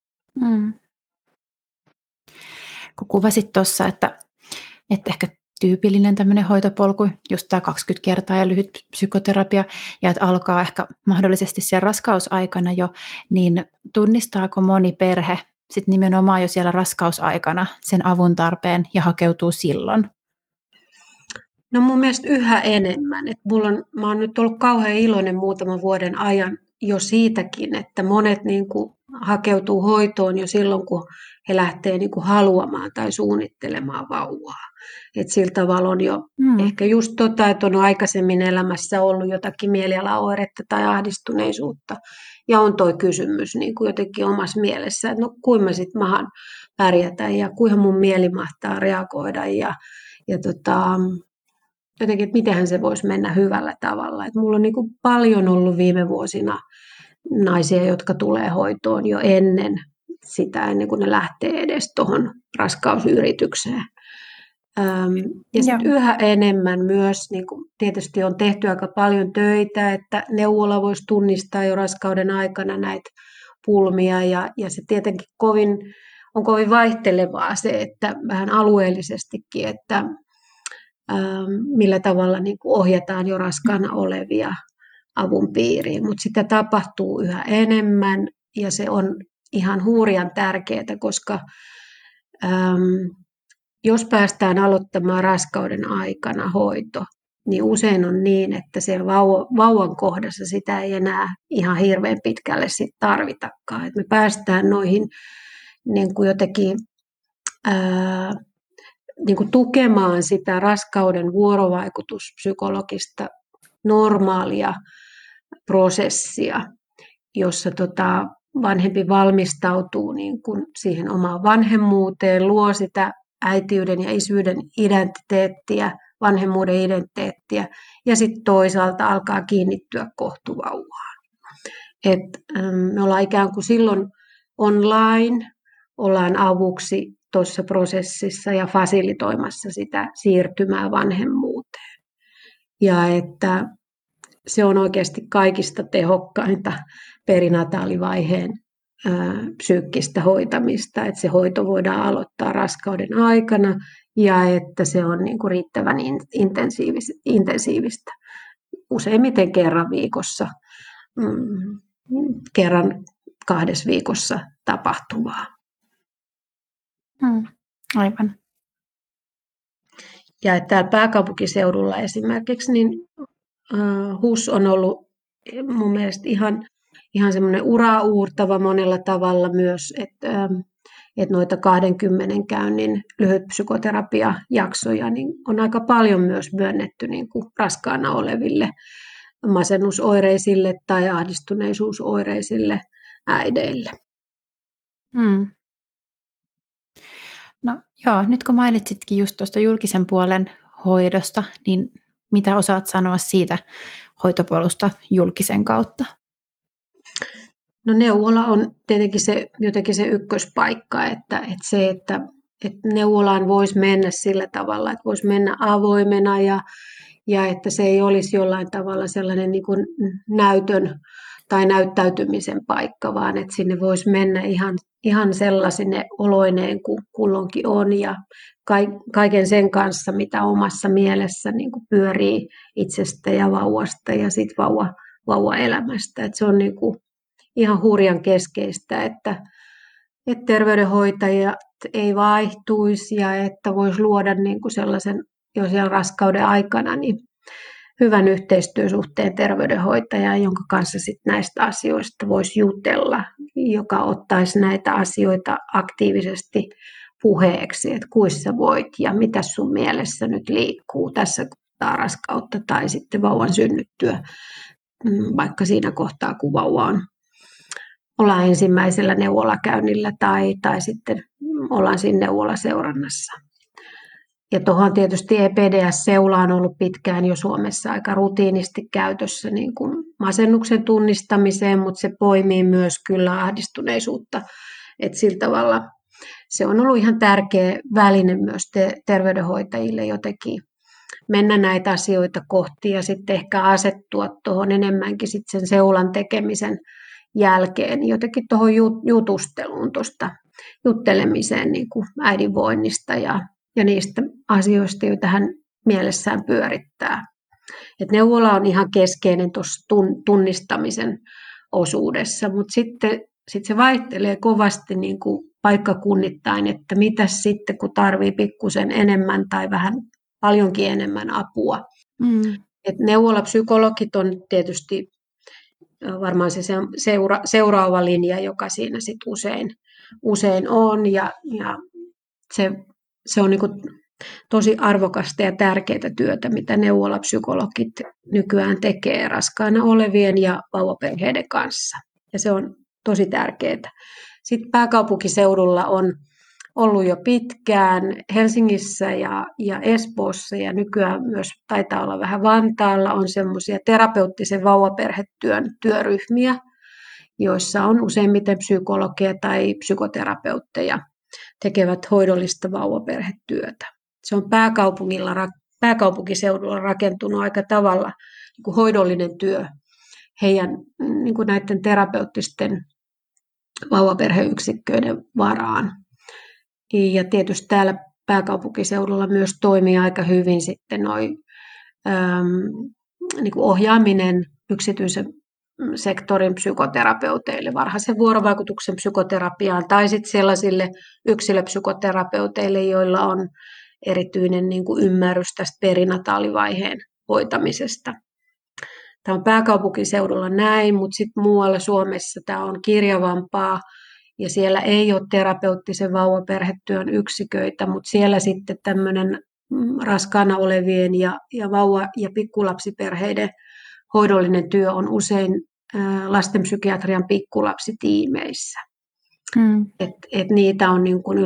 Kun kuvasit tuossa, että ehkä tyypillinen tämmöinen hoitopolku, just tämä 20 kertaa ja lyhyt psykoterapia, ja että alkaa ehkä mahdollisesti siellä raskausaikana jo, niin tunnistaako moni perhe sitten nimenomaan jo siellä raskausaikana sen avun tarpeen ja hakeutuu silloin? No mun mielestä yhä enemmän. Mä oon nyt ollut kauhean iloinen muutaman vuoden ajan jo siitäkin, että monet niin kuin hakeutuu hoitoon jo silloin, kun he lähtee niin kuin haluamaan tai suunnittelemaan vauvaa. Sillä tavalla on jo ehkä just että on aikaisemmin elämässä ollut jotakin mielialaoiretta tai ahdistuneisuutta. Ja on toi kysymys niin kuin jotenkin omassa mielessä, että no kuinka mä sitten mahan pärjätä ja kuinka mun mieli mahtaa reagoida ja jotenkin, että mitenhän se voisi mennä hyvällä tavalla. Mulla on niin kuin paljon ollut viime vuosina naisia, jotka tulee hoitoon jo ennen kuin ne lähtee edes tuohon raskausyritykseen. Ja sitten yhä enemmän myös, niin kuin tietysti on tehty aika paljon töitä, että neuvola voisi tunnistaa jo raskauden aikana näitä pulmia. Ja se tietenkin on kovin vaihtelevaa se, että vähän alueellisestikin, että millä tavalla niin kuin ohjataan jo raskaana olevia avun piiriin. Mutta sitä tapahtuu yhä enemmän ja se on ihan hurjan tärkeää, koska jos päästään aloittamaan raskauden aikana hoito, niin usein on niin, että siellä vauvan kohdassa sitä ei enää ihan hirveän pitkälle sit tarvitakaan. Et me päästään noihin niin kuin jotenkin niin kuin tukemaan sitä raskauden vuorovaikutuspsykologista normaalia prosessia, jossa vanhempi valmistautuu niin kuin siihen omaan vanhemmuuteen, luo sitä äitiyden ja isyyden identiteettiä, vanhemmuuden identiteettiä ja sitten toisaalta alkaa kiinnittyä kohtuvauvaan. Me ollaan ikään kuin silloin online, ollaan avuksi tuossa prosessissa ja fasilitoimassa sitä siirtymää vanhemmuuteen. Ja että se on oikeasti kaikista tehokkainta perinataalivaiheen psyykkistä hoitamista, että se hoito voidaan aloittaa raskauden aikana ja että se on niin kuin riittävän intensiivistä. Useimmiten kerran viikossa, kerran 2 viikossa tapahtuvaa. Aivan. Ja että täällä pääkaupunkiseudulla esimerkiksi niin HUS on ollut mun mielestä ihan semmoinen uraa uurtava monella tavalla myös, että noita 20 käynnin lyhytpsykoterapiajaksoja niin on aika paljon myös myönnetty niin kuin raskaana oleville masennusoireisille tai ahdistuneisuusoireisille äideille. No joo, nyt kun mainitsitkin just tuosta julkisen puolen hoidosta, niin mitä osaat sanoa siitä hoitopolusta julkisen kautta? No neuvola on tietenkin jotenkin se ykköspaikka, että neuvolaan voisi mennä sillä tavalla, että voisi mennä avoimena ja että se ei olisi jollain tavalla sellainen niin kuin näytön tai näyttäytymisen paikka, vaan että sinne voisi mennä ihan sellaisine oloineen kuin kulloinkin on ja kaiken sen kanssa, mitä omassa mielessä niin kuin pyörii itsestä ja vauvasta ja sitten vauvaelämästä. Että se on niin kuin ihan hurjan keskeistä, että terveydenhoitajat ei vaihtuisi ja että voisi luoda niin kuin sellaisen jo siellä raskauden aikana niin hyvän yhteistyösuhteen terveydenhoitajaan, jonka kanssa sit näistä asioista voisi jutella, joka ottaisi näitä asioita aktiivisesti puheeksi, että kuinka sä voit ja mitä sun mielessä nyt liikkuu tässä kohtaa raskautta tai sitten vauvan synnyttyä, vaikka siinä kohtaa, kun vauva ollaan ensimmäisellä neuvolakäynnillä tai sitten ollaan siinä neuvolaseurannassa. Ja tuohon tietysti EPDS-seula on ollut pitkään jo Suomessa aika rutiinisti käytössä niin kuin masennuksen tunnistamiseen, mutta se poimii myös kyllä ahdistuneisuutta. Et sillä tavalla se on ollut ihan tärkeä väline myös terveydenhoitajille jotenkin mennä näitä asioita kohti ja sitten ehkä asettua tuohon enemmänkin sit sen seulan tekemisen jälkeen jotenkin tuohon jutusteluun, tuosta juttelemiseen niin kuin äidinvoinnista ja niistä asioista, joita hän mielessään pyörittää. Et neuvola on ihan keskeinen tuossa tunnistamisen osuudessa, mutta sitten se vaihtelee kovasti niin kuin paikkakunnittain, että mitä sitten, kun tarvii pikkusen enemmän tai vähän paljonkin enemmän apua. Et neuvolapsykologit on tietysti varmaan se seuraava linja, joka siinä sit usein on ja se on niin kuin tosi arvokasta ja tärkeää työtä, mitä neuvolapsykologit nykyään tekee raskaana olevien ja vauvaperheiden kanssa. Ja se on tosi tärkeää. Sitten pääkaupunkiseudulla on ollut jo pitkään Helsingissä ja Espoossa ja nykyään myös taitaa olla vähän Vantaalla on semmoisia terapeuttisen vauvaperhetyön työryhmiä, joissa on useimmiten psykologeja tai psykoterapeutteja tekevät hoidollista vauvaperhetyötä. Se on pääkaupunkiseudulla rakentunut aika tavalla niin kuin hoidollinen työ heidän niin kuin näiden terapeuttisten vauvaperheyksiköiden varaan. Ja tietysti täällä pääkaupunkiseudulla myös toimii aika hyvin sitten niin kuin ohjaaminen yksityisen sektorin psykoterapeuteille, varhaisen vuorovaikutuksen psykoterapiaan tai sitten sellaisille yksilöpsykoterapeuteille, joilla on erityinen niin kuin ymmärrys tästä perinataalivaiheen hoitamisesta. Tämä on pääkaupunkiseudulla näin, mutta sitten muualla Suomessa tämä on kirjavampaa ja siellä ei ole terapeuttisen vauvaperhetyön yksiköitä, mutta siellä sitten tämmöinen raskaana olevien ja vauva- ja pikkulapsiperheiden hoidollinen työ on usein lastenpsykiatrian pikkulapsitiimeissä. Et niitä on niin kuin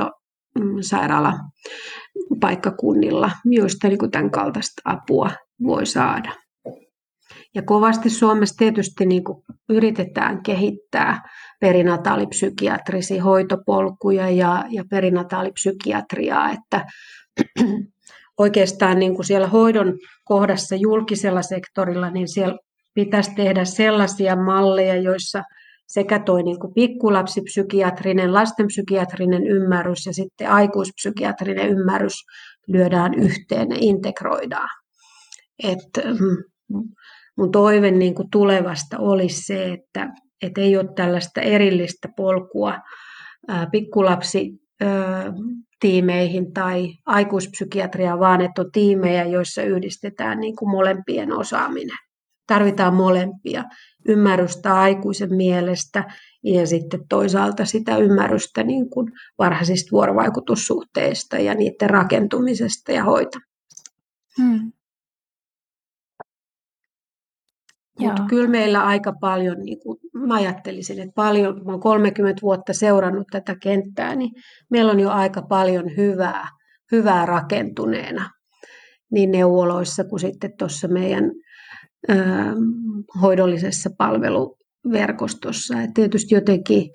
yliopistosairaalapaikkakunnilla, joista niin kuin tämän kaltaista apua voi saada. Ja kovasti Suomessa tietysti niin kuin yritetään kehittää perinataalipsykiatrisia hoitopolkuja ja perinataalipsykiatriaa, että oikeastaan niin kuin siellä hoidon kohdassa julkisella sektorilla, niin siellä pitäisi tehdä sellaisia malleja, joissa sekä tuo niin kuin pikkulapsipsykiatrinen, lastenpsykiatrinen ymmärrys ja sitten aikuispsykiatrinen ymmärrys lyödään yhteen ja integroidaan. Mun toive niin kuin tulevasta olisi se, että ei ole tällaista erillistä polkua pikkulapsitiimeihin tai aikuispsykiatriaan, vaan että on tiimejä, joissa yhdistetään niin kuin molempien osaaminen. Tarvitaan molempia. Ymmärrystä aikuisen mielestä ja sitten toisaalta sitä ymmärrystä niin kuin varhaisista vuorovaikutussuhteista ja niiden rakentumisesta ja hoitamisesta. Mutta kyllä meillä aika paljon, niin kuin mä ajattelisin, että paljon, kun olen 30 vuotta seurannut tätä kenttää, niin meillä on jo aika paljon hyvää rakentuneena niin neuvoloissa kuin sitten tuossa meidän hoidollisessa palveluverkostossa. Et tietysti jotenkin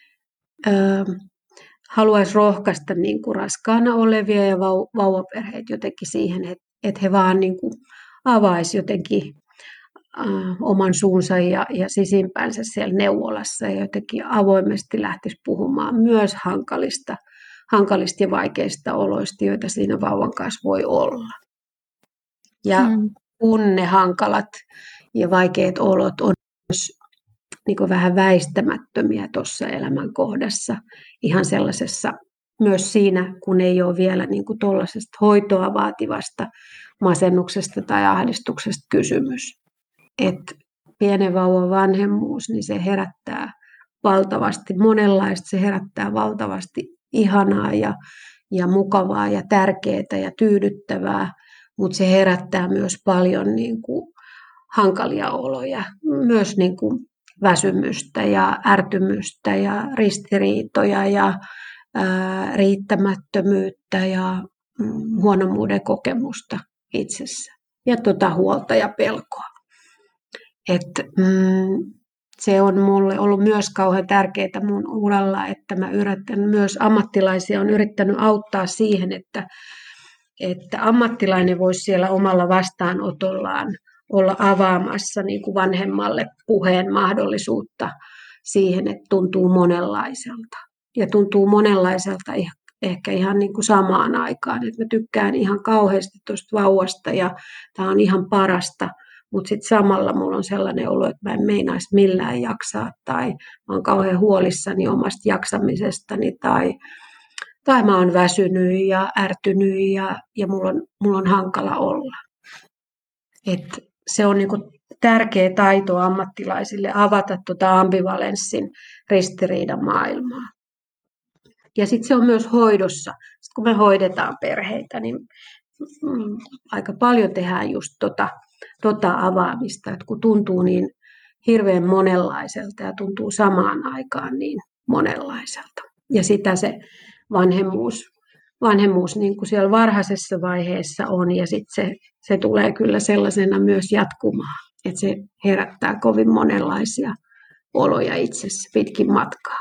haluaisi rohkaista niin kuin raskaana olevia ja vauvaperheitä jotenkin siihen, että he vaan niin kuin avaisi jotenkin oman suunsa ja sisimpänsä siellä neuvolassa ja jotenkin avoimesti lähtisi puhumaan myös hankalista ja vaikeista oloista, joita siinä vauvan kanssa voi olla. Ja kun ne hankalat ja vaikeat olot on myös niin kuin vähän väistämättömiä tuossa elämänkohdassa, ihan sellaisessa myös siinä, kun ei ole vielä niin kuin tuollaisesta hoitoa vaativasta masennuksesta tai ahdistuksesta kysymys. Että pienen vauvan vanhemmuus, niin se herättää valtavasti monenlaista, se herättää valtavasti ihanaa ja mukavaa ja tärkeää ja tyydyttävää, mutta se herättää myös paljon niin kuin hankalia oloja, myös niin kuin väsymystä ja ärtymystä ja ristiriitoja ja riittämättömyyttä ja huonommuuden kokemusta itsessä ja huolta ja pelkoa. Se on mulle ollut myös kauhean tärkeää mun uralla, että mä yritän myös ammattilaisia on yrittänyt auttaa siihen, että ammattilainen voisi siellä omalla vastaanotollaan olla avaamassa niin kuin vanhemmalle puheen mahdollisuutta siihen, että tuntuu monenlaiselta. Ja tuntuu monenlaiselta ehkä ihan niin kuin samaan aikaan. Että mä tykkään ihan kauheasti tuosta vauvasta ja tämä on ihan parasta. Mutta sitten samalla mulla on sellainen olo, että mä en meinaisi millään jaksaa tai mä oon kauhean huolissani omasta jaksamisestani tai mä oon väsynyt ja ärtynyt ja mulla on hankala olla. Et se on niinku tärkeä taito ammattilaisille avata ambivalenssin ristiriidan maailmaa. Ja sitten se on myös hoidossa. Sit kun me hoidetaan perheitä, niin aika paljon tehdään just avaamista, että kun tuntuu niin hirveän monenlaiselta ja tuntuu samaan aikaan niin monenlaiselta. Ja sitä se vanhemmuus niin kuin siellä varhaisessa vaiheessa on ja sitten se tulee kyllä sellaisena myös jatkumaan, että se herättää kovin monenlaisia oloja itsessä pitkin matkaa.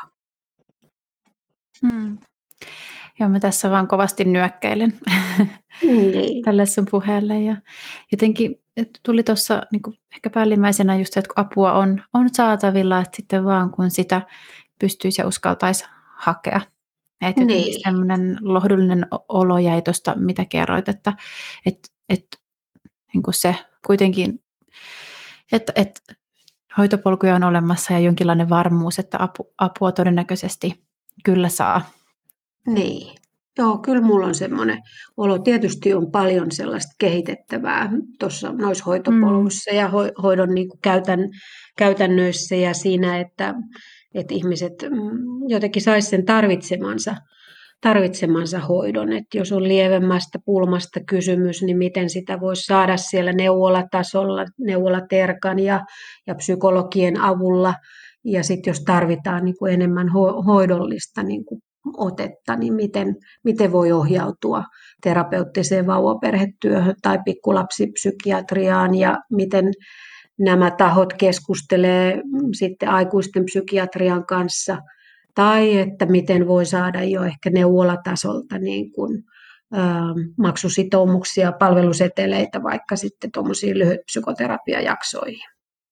Joo, mä tässä vaan kovasti nyökkäilen tälle sun puheelle. Ja jotenkin tuli tuossa niin ehkä päällimmäisenä just, että kun apua on saatavilla, että sitten vaan kun sitä pystyisi ja uskaltaisi hakea. Että jotenkin semmoinen lohdullinen olo jäi tuosta, mitä kerroit, että niin kuin se kuitenkin, että hoitopolkuja on olemassa ja jonkinlainen varmuus, että apua todennäköisesti kyllä saa. Niin. Joo, kyllä mulla on semmoinen olo. Tietysti on paljon sellaista kehitettävää tuossa noissa hoitopoluissa ja hoidon niin kuin käytännöissä ja siinä, että ihmiset jotenkin saisi sen tarvitsemansa hoidon. Että jos on lievemmästä pulmasta kysymys, niin miten sitä voisi saada siellä neuvolatasolla, neuvolaterkan ja psykologien avulla. Ja sitten jos tarvitaan niin kuin enemmän hoidollista niin kuin otetta, niin miten voi ohjautua terapeuttiseen vauvaperhetyöhön tai pikkulapsipsykiatriaan ja miten nämä tahot keskustelee sitten aikuisten psykiatrian kanssa tai että miten voi saada jo ehkä neuvolatasolta niin kuin, maksusitoumuksia, palveluseteleitä vaikka sitten tuommoisiin lyhytpsykoterapiajaksoihin.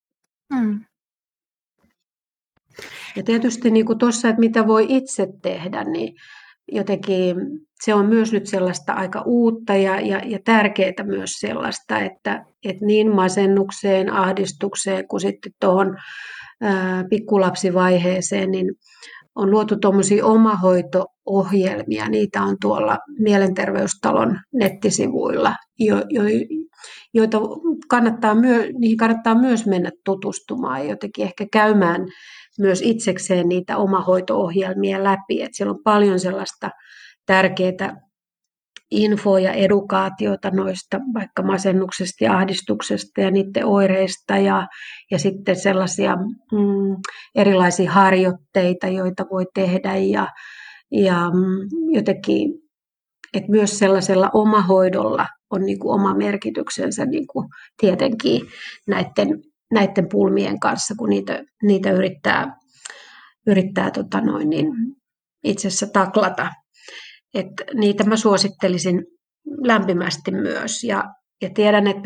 Ja tietysti niin kuin tuossa, että mitä voi itse tehdä, niin jotenkin se on myös nyt sellaista aika uutta ja tärkeää myös sellaista, että niin masennukseen, ahdistukseen kuin sitten tuohon pikkulapsivaiheeseen, niin on luotu tuommoisia omahoito-ohjelmia. Niitä on tuolla Mielenterveystalon nettisivuilla, joita niihin kannattaa myös mennä tutustumaan ja jotenkin ehkä käymään myös itsekseen niitä omahoito-ohjelmia läpi. Et siellä on paljon sellaista tärkeää infoa ja edukaatiota noista vaikka masennuksesta ja ahdistuksesta ja niiden oireista ja sitten sellaisia erilaisia harjoitteita, joita voi tehdä ja jotenkin, että myös sellaisella omahoidolla on niin kuin oma merkityksensä niin kuin tietenkin näiden pulmien kanssa, kun niitä yrittää itsessä taklata. Että niitä mä suosittelisin lämpimästi myös. Ja tiedän, että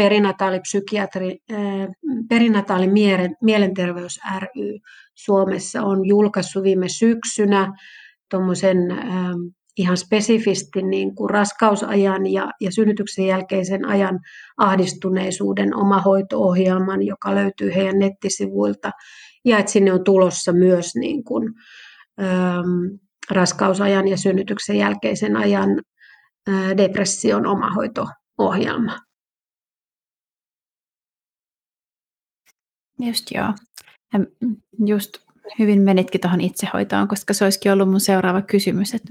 Perinataali mielenterveys ry Suomessa on julkaissut viime syksynä tuommoisen ihan spesifisti niin kuin raskausajan ja synnytyksen jälkeisen ajan ahdistuneisuuden omahoito-ohjelman, joka löytyy heidän nettisivuilta. Ja että sinne on tulossa myös niin kuin, raskausajan ja synnytyksen jälkeisen ajan depression omahoito-ohjelma. Just joo. Ja just hyvin menitkin tuohon itsehoitoon, koska se olisikin ollut mun seuraava kysymys, että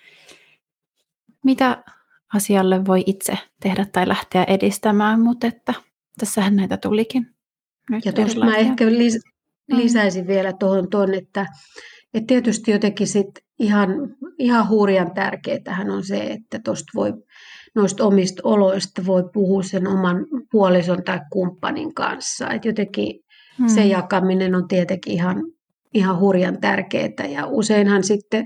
mitä asialle voi itse tehdä tai lähteä edistämään, mutta että tässähän näitä tulikin. Nyt ja tuossa mä ehkä lisäisin vielä tuohon, että tietysti jotenkin sit ihan hurjan tärkeätähän on se, että noista omista oloista voi puhua sen oman puolison tai kumppanin kanssa. Et jotenkin se jakaminen on tietenkin ihan hurjan tärkeää ja useinhan sitten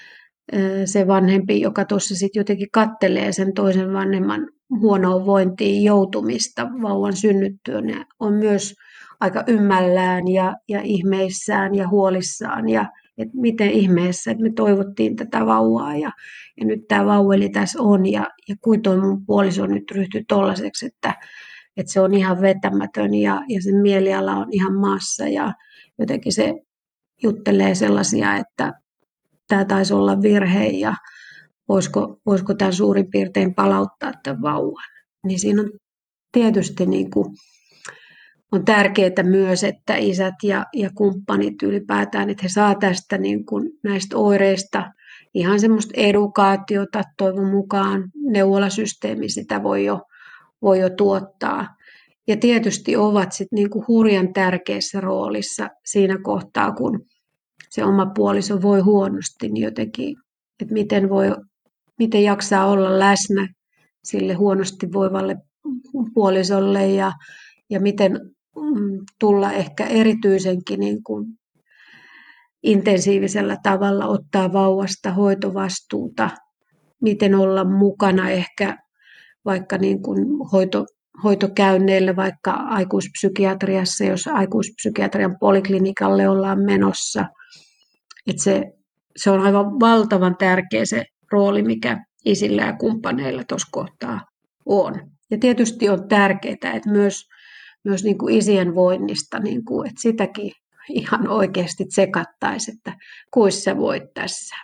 se vanhempi, joka tuossa sitten jotenkin kattelee sen toisen vanhemman huonoon vointiin joutumista vauvan synnyttyön, on myös aika ymmällään ja ihmeissään ja huolissaan ja että miten ihmeessä, että me toivottiin tätä vauvaa ja nyt tämä vauveli tässä on ja kuin toi mun puoliso nyt ryhtyi tollaiseksi, että se on ihan vetämätön ja sen mieliala on ihan maassa ja jotenkin se juttelee sellaisia, että tämä taisi olla virhe ja voisiko tämän suurin piirtein palauttaa tämän vauvan. Niin siinä on tietysti niin kuin on tärkeää myös, että isät ja kumppanit ylipäätään, että he saa tästä niin kuin näistä oireista ihan semmoista edukaatiota, toivon mukaan neuvolasysteemi sitä voi jo tuottaa. Ja tietysti ovat sitten niin kuin hurjan tärkeässä roolissa siinä kohtaa, kun se oma puoliso voi huonosti, niin jotenkin, että miten jaksaa olla läsnä sille huonosti voivalle puolisolle ja miten tulla ehkä erityisenkin niin kuin intensiivisellä tavalla ottaa vauvasta hoitovastuuta, miten olla mukana ehkä vaikka niin kuin hoitokäynneillä vaikka aikuispsykiatriassa, jos aikuispsykiatrian poliklinikalle ollaan menossa. Että se on aivan valtavan tärkeä se rooli, mikä isillä ja kumppaneilla tuossa kohtaa on. Ja tietysti on tärkeää, että myös niin kuin isien voinnista, niin kuin, että sitäkin ihan oikeasti tsekattaisiin, että kuis sä voit tässä,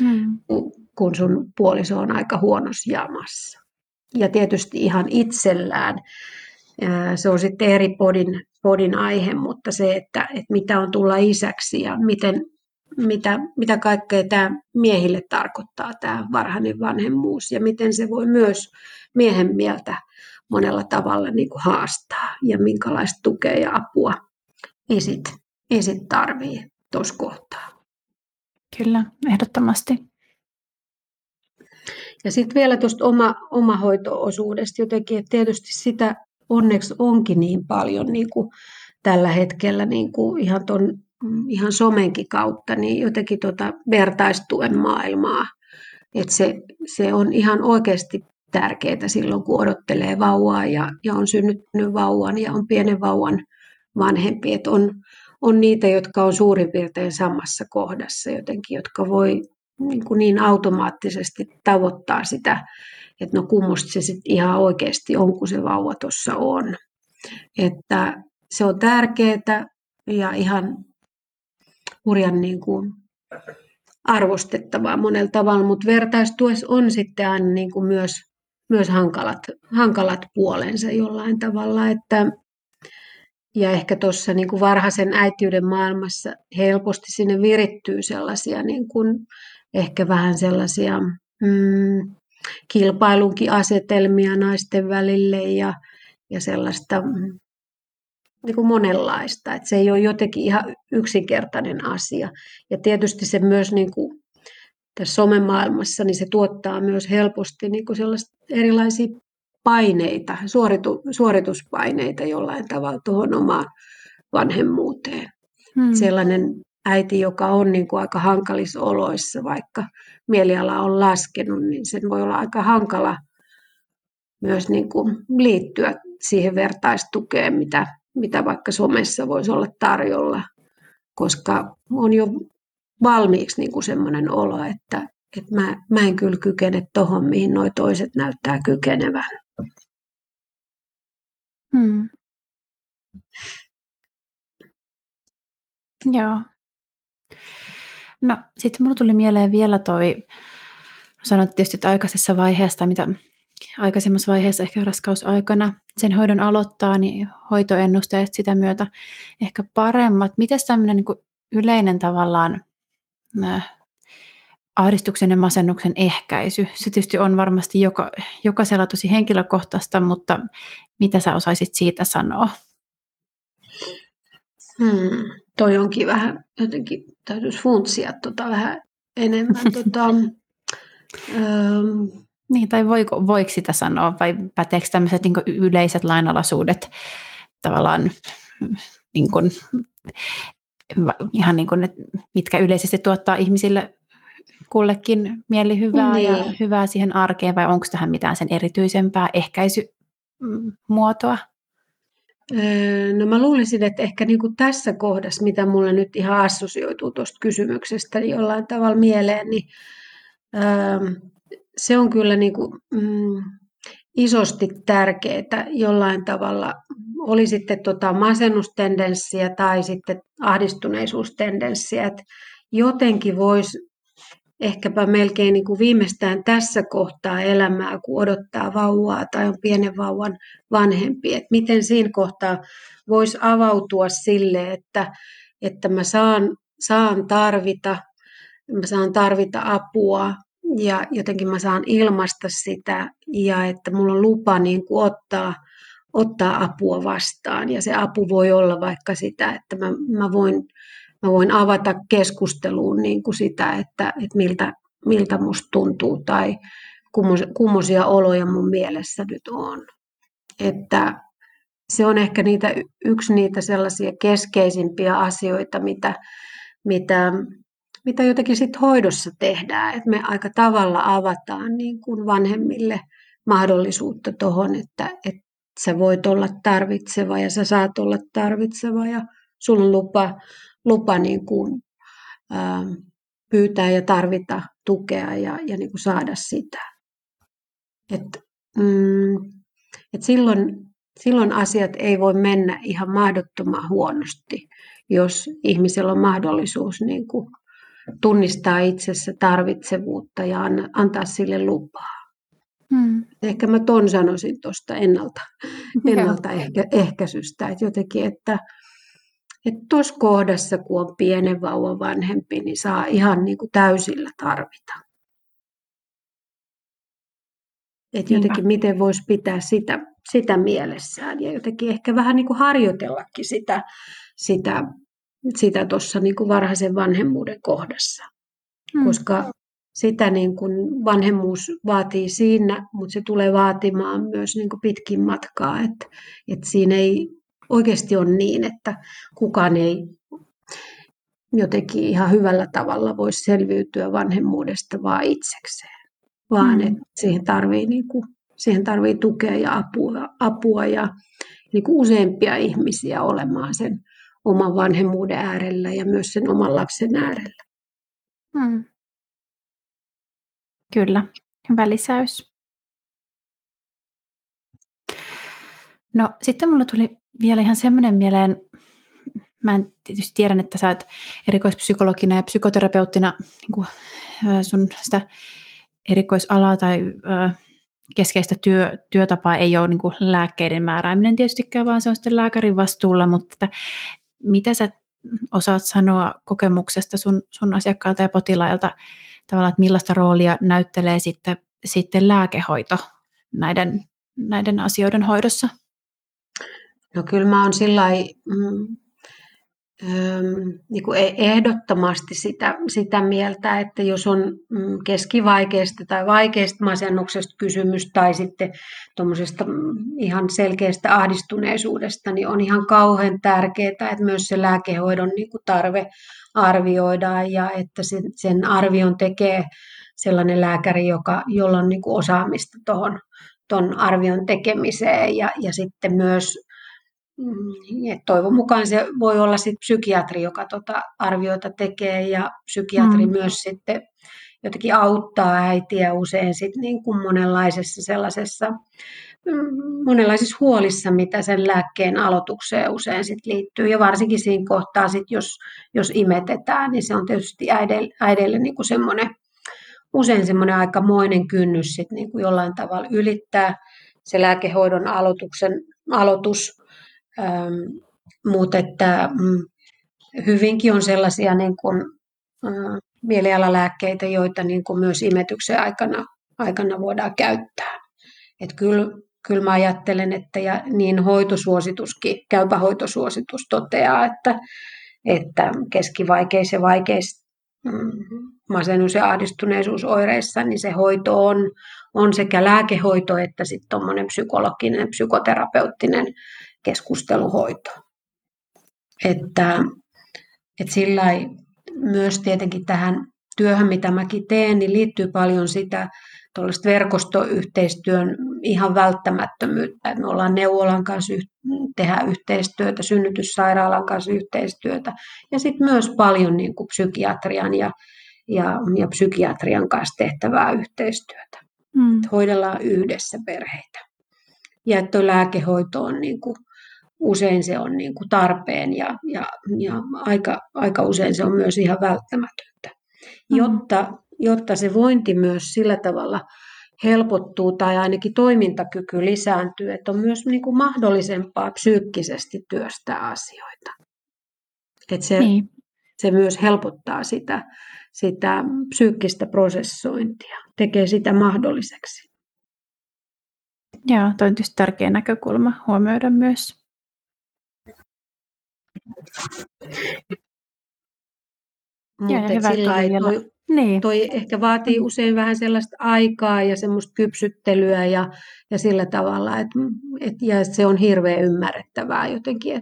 kun sun puoliso on aika huonossa jamassa. Ja tietysti ihan itsellään, se on sitten eri podin aihe, mutta se, että mitä on tulla isäksi ja mitä kaikkea tämä miehille tarkoittaa, tämä varhainen vanhemmuus, ja miten se voi myös miehen mieltä monella tavalla niin kuin haastaa, ja minkälaista tukea ja apua isit tarvii tuossa kohtaa. Kyllä, ehdottomasti. Ja sitten vielä tuosta omahoito-osuudesta jotenkin, että tietysti sitä onneksi onkin niin paljon niin kuin tällä hetkellä niin kuin ihan somenkin kautta, niin jotenkin vertaistuen maailmaa. Että se on ihan oikeasti tärkeää silloin, kun odottelee vauvaa ja on synnyttänyt vauvan ja on pienen vauvan vanhempi. Että on niitä, jotka on suurin piirtein samassa kohdassa jotenkin, jotka voi niin automaattisesti tavoittaa sitä, että no kummosta se sitten ihan oikeasti on, kun se vauva tuossa on. Että se on tärkeää ja ihan hurjan niin kuin arvostettavaa monella tavalla, mutta vertaistuessa on sitten aina niin kuin myös hankalat puolensa jollain tavalla, ja ehkä tuossa niin kuin varhaisen äitiyden maailmassa helposti sinne virittyy sellaisia niin kuin ehkä vähän sellaisia kilpailunkin asetelmia naisten välille ja sellaista niin kuin monenlaista, että se ei ole jotenkin ihan yksinkertainen asia. Ja tietysti se myös niin kuin tässä somemaailmassa, niin se tuottaa myös helposti niin kuin sellaista erilaisia paineita, suorituspaineita jollain tavalla tuohon omaan vanhemmuuteen. Sellainen äiti, joka on niin kuin aika hankalissa oloissa, vaikka mieliala on laskenut, niin sen voi olla aika hankala myös niin kuin liittyä siihen vertaistukeen, mitä vaikka somessa voisi olla tarjolla, koska on jo valmiiksi niin kuin semmoinen olo, että mä en kyllä kykene tohon, mihin nuo toiset näyttää kykenevän. Joo. No, sitten minulle tuli mieleen vielä sanoit tietysti, että aikaisemmassa vaiheessa ehkä raskausaikana sen hoidon aloittaa, niin hoitoennusteet sitä myötä ehkä paremmat. Miten tämmöinen niin kuin yleinen tavallaan ahdistuksen ja masennuksen ehkäisy? Se tietysti on varmasti jokaisella tosi henkilökohtaista, mutta mitä sä osaisit siitä sanoa? Toi onkin vähän, jotenkin täytyisi funtsia vähän enemmän. Niin, tai voiko sitä sanoa, vai päteekö tämmöiset niin kuin yleiset lainalaisuudet tavallaan, niin kuin, ihan niin kuin, mitkä yleisesti tuottaa ihmisille kullekin mielihyvää ja hyvää siihen arkeen, vai onko tähän mitään sen erityisempää ehkäisymuotoa? No mä luulisin, että ehkä niin kuin tässä kohdassa, mitä mulle nyt ihan assosioituu tuosta kysymyksestä niin jollain tavalla mieleen, niin se on kyllä niin kuin, isosti tärkeää jollain tavalla, oli sitten masennustendenssiä tai sitten ahdistuneisuustendenssiä, että jotenkin voisi ehkäpä melkein niin kuin viimeistään tässä kohtaa elämää, kun odottaa vauvaa tai on pienen vauvan vanhempi, että miten siinä kohtaa voisi avautua sille, että mä saan tarvita apua ja jotenkin mä saan ilmaista sitä ja että mulla on lupa niin kuin ottaa apua vastaan ja se apu voi olla vaikka sitä, että mä voin avata keskusteluun niin kuin sitä, että miltä musta tuntuu tai kummoisia oloja mun mielessä nyt on. Että se on ehkä yksi niitä sellaisia keskeisimpiä asioita, mitä jotenkin sit hoidossa tehdään. Että me aika tavalla avataan niin kuin vanhemmille mahdollisuutta tuohon, että sä voit olla tarvitseva ja sä saat olla tarvitseva ja sulla on lupa niin kuin, pyytää ja tarvita tukea ja niin kuin saada sitä. Et silloin asiat ei voi mennä ihan mahdottoman huonosti, jos ihmisellä on mahdollisuus niin kuin tunnistaa itsessä tarvitsevuutta ja antaa sille lupaa. Ehkä mä ton sanoisin tuosta ennaltaehkäisystä, että jotenkin, että Että tuossa kohdassa, kun on pienen vauvan vanhempi, niin saa ihan niin kuin täysillä tarvita. Että jotenkin miten voisi pitää sitä mielessään ja jotenkin ehkä vähän niin kuin harjoitellakin sitä tuossa niin kuin varhaisen vanhemmuuden kohdassa. Koska sitä niin kuin vanhemmuus vaatii siinä, mutta se tulee vaatimaan myös niin kuin pitkin matkaa. Että siinä ei oikeasti ole niin, että kukaan ei jotenkin ihan hyvällä tavalla voisi selviytyä vanhemmuudesta vaan itsekseen, vaan että siihen tarvii tukea ja apua ja niin kuin useampia ihmisiä olemaan sen oman vanhemmuuden äärellä ja myös sen oman lapsen äärellä. Kyllä, hyvä lisäys. No sitten mulle tuli vielä ihan semmoinen mieleen, mä en tietysti tiedän, että sä oot erikoispsykologina ja psykoterapeuttina niin kuin sun sitä erikoisalaa tai keskeistä työtapaa ei ole niin kuin lääkkeiden määrääminen tietystikään, vaan se on sitten lääkärin vastuulla, mutta että mitä sä osaat sanoa kokemuksesta sun asiakkailta ja potilailta, tavallaan, että millaista roolia näyttelee sitten lääkehoito näiden asioiden hoidossa? No kyllä mä oon niin kuin ehdottomasti sitä mieltä, että jos on keskivaikeasta tai vaikeasta masennuksesta kysymys tai sitten tuommoisesta ihan selkeästä ahdistuneisuudesta, niin on ihan kauhean tärkeää, että myös se lääkehoidon niin kuin tarve arvioidaan ja että sen arvion tekee sellainen lääkäri, jolla on niin kuin osaamista tuon arvion tekemiseen ja sitten myös toivon mukaan se voi olla sit psykiatri, joka arvioita tekee ja psykiatri myös sitten jotenkin auttaa äitiä usein sit niin kuin monenlaisissa huolissa, mitä sen lääkkeen aloitukseen usein sit liittyy. Ja varsinkin siinä kohtaa, sit jos imetetään, niin se on tietysti äidille niin kuin usein semmoinen aikamoinen kynnys sit niin kuin jollain tavalla ylittää se lääkehoidon aloitus. Mutta että hyvinkin on sellaisia niin kuin, mielialalääkkeitä, joita niin kuin myös imetyksen aikana voidaan käyttää. Et kyllä mä ajattelen, että ja niin hoitosuosituskin, käypä hoitosuositus toteaa, että keskivaikeissa ja vaikeissa masennus- ja ahdistuneisuusoireissa, niin se hoito on sekä lääkehoito että sitten tuommoinen psykologinen, psykoterapeuttinen keskusteluhoito. Että sillä myös tietenkin tähän työhön, mitä mäkin teen, niin liittyy paljon sitä tuollaista verkostoyhteistyön ihan välttämättömyyttä. Että me ollaan neuvolan kanssa tehdä yhteistyötä, synnytyssairaalan kanssa yhteistyötä ja sitten myös paljon niin kuin psykiatrian ja psykiatrian kanssa tehtävää yhteistyötä. Hoidellaan yhdessä perheitä. Ja että lääkehoito on niin kuin, usein se on niin kuin tarpeen ja aika usein se on myös ihan välttämätöntä. Jotta se vointi myös sillä tavalla helpottuu tai ainakin toimintakyky lisääntyy, että on myös niin kuin mahdollisempaa psyykkisesti työstää asioita. Että se myös helpottaa sitä psyykkistä prosessointia, tekee sitä mahdolliseksi. Joo, toi on tietysti tärkeä näkökulma huomioida myös. Mutta toi ehkä vaatii usein vähän sellaista aikaa ja semmoista kypsyttelyä ja sillä tavalla, ja se on hirveän ymmärrettävää jotenkin,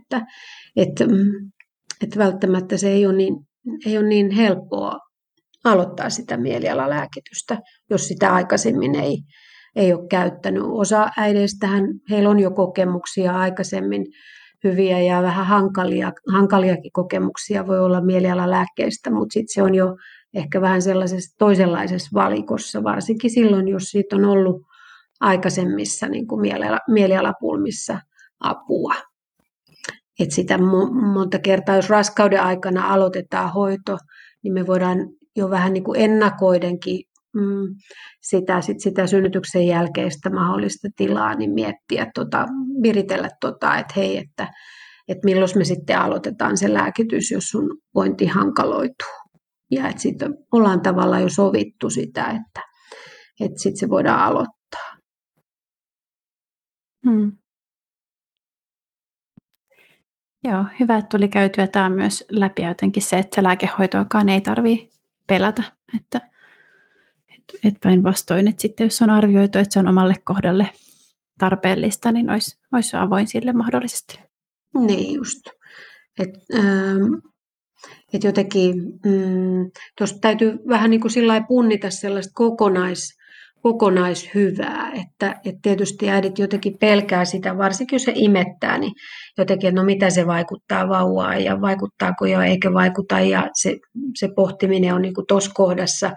että välttämättä se ei ole niin helppoa aloittaa sitä mielialalääkitystä, jos sitä aikaisemmin ei ole käyttänyt. Osa äideistähän, heillä on jo kokemuksia aikaisemmin, hyviä ja vähän hankaliakin kokemuksia voi olla mielialalääkkeistä, mutta sitten se on jo ehkä vähän sellaisessa toisenlaisessa valikossa, varsinkin silloin, jos siitä on ollut aikaisemmissa niin kuin mielialapulmissa apua. Et sitä monta kertaa, jos raskauden aikana aloitetaan hoito, niin me voidaan jo vähän niin kuin ennakoidenkin sitä synnytyksen jälkeistä mahdollista tilaa, niin miettiä, viritellä, että hei, että että milloin me sitten aloitetaan se lääkitys, jos sun vointi hankaloituu. Ja että sitten ollaan tavallaan jo sovittu sitä, että sitten se voidaan aloittaa. Joo, hyvä, että tuli käytyä tämä myös läpi, jotenkin se, että se lääkehoitoakaan ei tarvitse pelätä, että päinvastoin, että sitten jos on arvioitu, että se on omalle kohdalle tarpeellista, niin olisi avoin sille mahdollisesti. Niin just. Että jotenkin tuossa täytyy vähän niin kuin sillä punnita sellaista kokonaishyvää, että tietysti äidit jotenkin pelkää sitä, varsinkin jos se imettää, niin jotenkin, että no mitä se vaikuttaa vauvaan ja vaikuttaako jo eikä vaikuta, ja se pohtiminen on niin kuin tuossa kohdassa,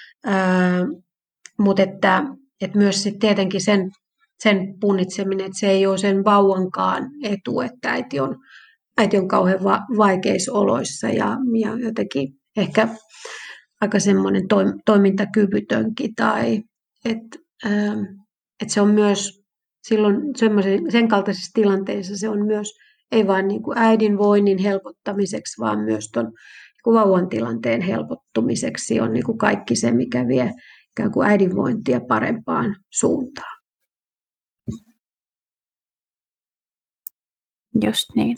mutta että myös sitten tietenkin sen punnitseminen, että se ei ole sen vauvankaan etu, että äiti on kauhean vaikeissa oloissa ja jotenkin ehkä aika semmoinen toimintakyvytönkin, tai että se on myös silloin sen kaltaisissa tilanteissa se on myös ei vain niin kuin äidin voinnin helpottamiseksi, vaan myös tuon vauvan tilanteen helpottumiseksi on niin kuin kaikki se, mikä vie ikään kuin äidin vointia parempaan suuntaan. Just niin.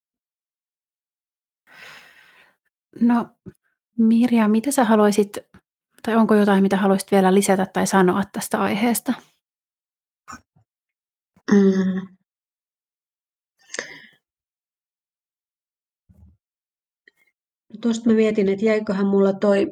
No Mirja, mitä sä haluaisit, tai onko jotain, mitä haluaisit vielä lisätä tai sanoa tästä aiheesta? Tuosta mä mietin, että jäiköhän mulla toi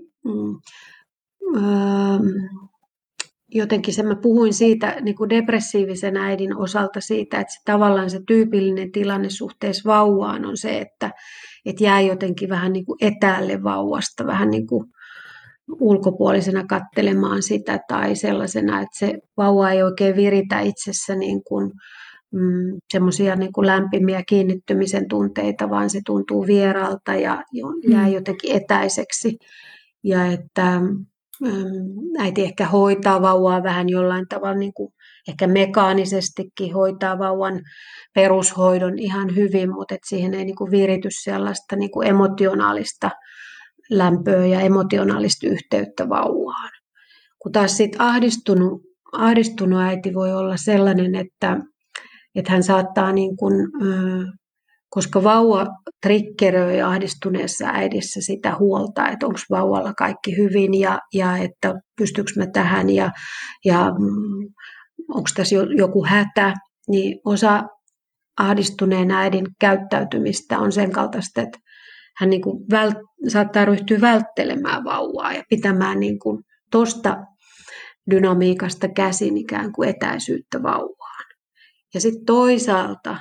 jotenkin mä puhuin siitä niin kuin depressiivisen äidin osalta siitä, että tavallaan se tyypillinen tilanne suhteessa vauvaan on se, että jää jotenkin vähän niin kuin etäälle vauvasta, vähän niin kuin ulkopuolisena katselemaan sitä tai sellaisena, että se vauva ei oikein viritä itsessä niin kuin semmoisia niin kuin lämpimiä kiinnittymisen tunteita, vaan se tuntuu vieraalta ja jää jotenkin etäiseksi. Ja että äiti ehkä hoitaa vauvaa vähän jollain tavalla, niin kuin ehkä mekaanisestikin hoitaa vauvan perushoidon ihan hyvin, mutta että siihen ei niin kuin virity sellaista niin kuin emotionaalista lämpöä ja emotionaalista yhteyttä vauvaan. Kun taas sitten ahdistunut äiti voi olla sellainen, että hän saattaa, niin kuin, koska vauva triggeröi ahdistuneessa äidissä sitä huolta, että onko vauvalla kaikki hyvin ja että pystyykö mä tähän ja onko tässä joku hätä, niin osa ahdistuneen äidin käyttäytymistä on sen kaltaista, että hän niin kuin saattaa ryhtyä välttelemään vauvaa ja pitämään niin kuin tuosta dynamiikasta käsin ikään kuin etäisyyttä vauvaan. Ja sitten toisaalta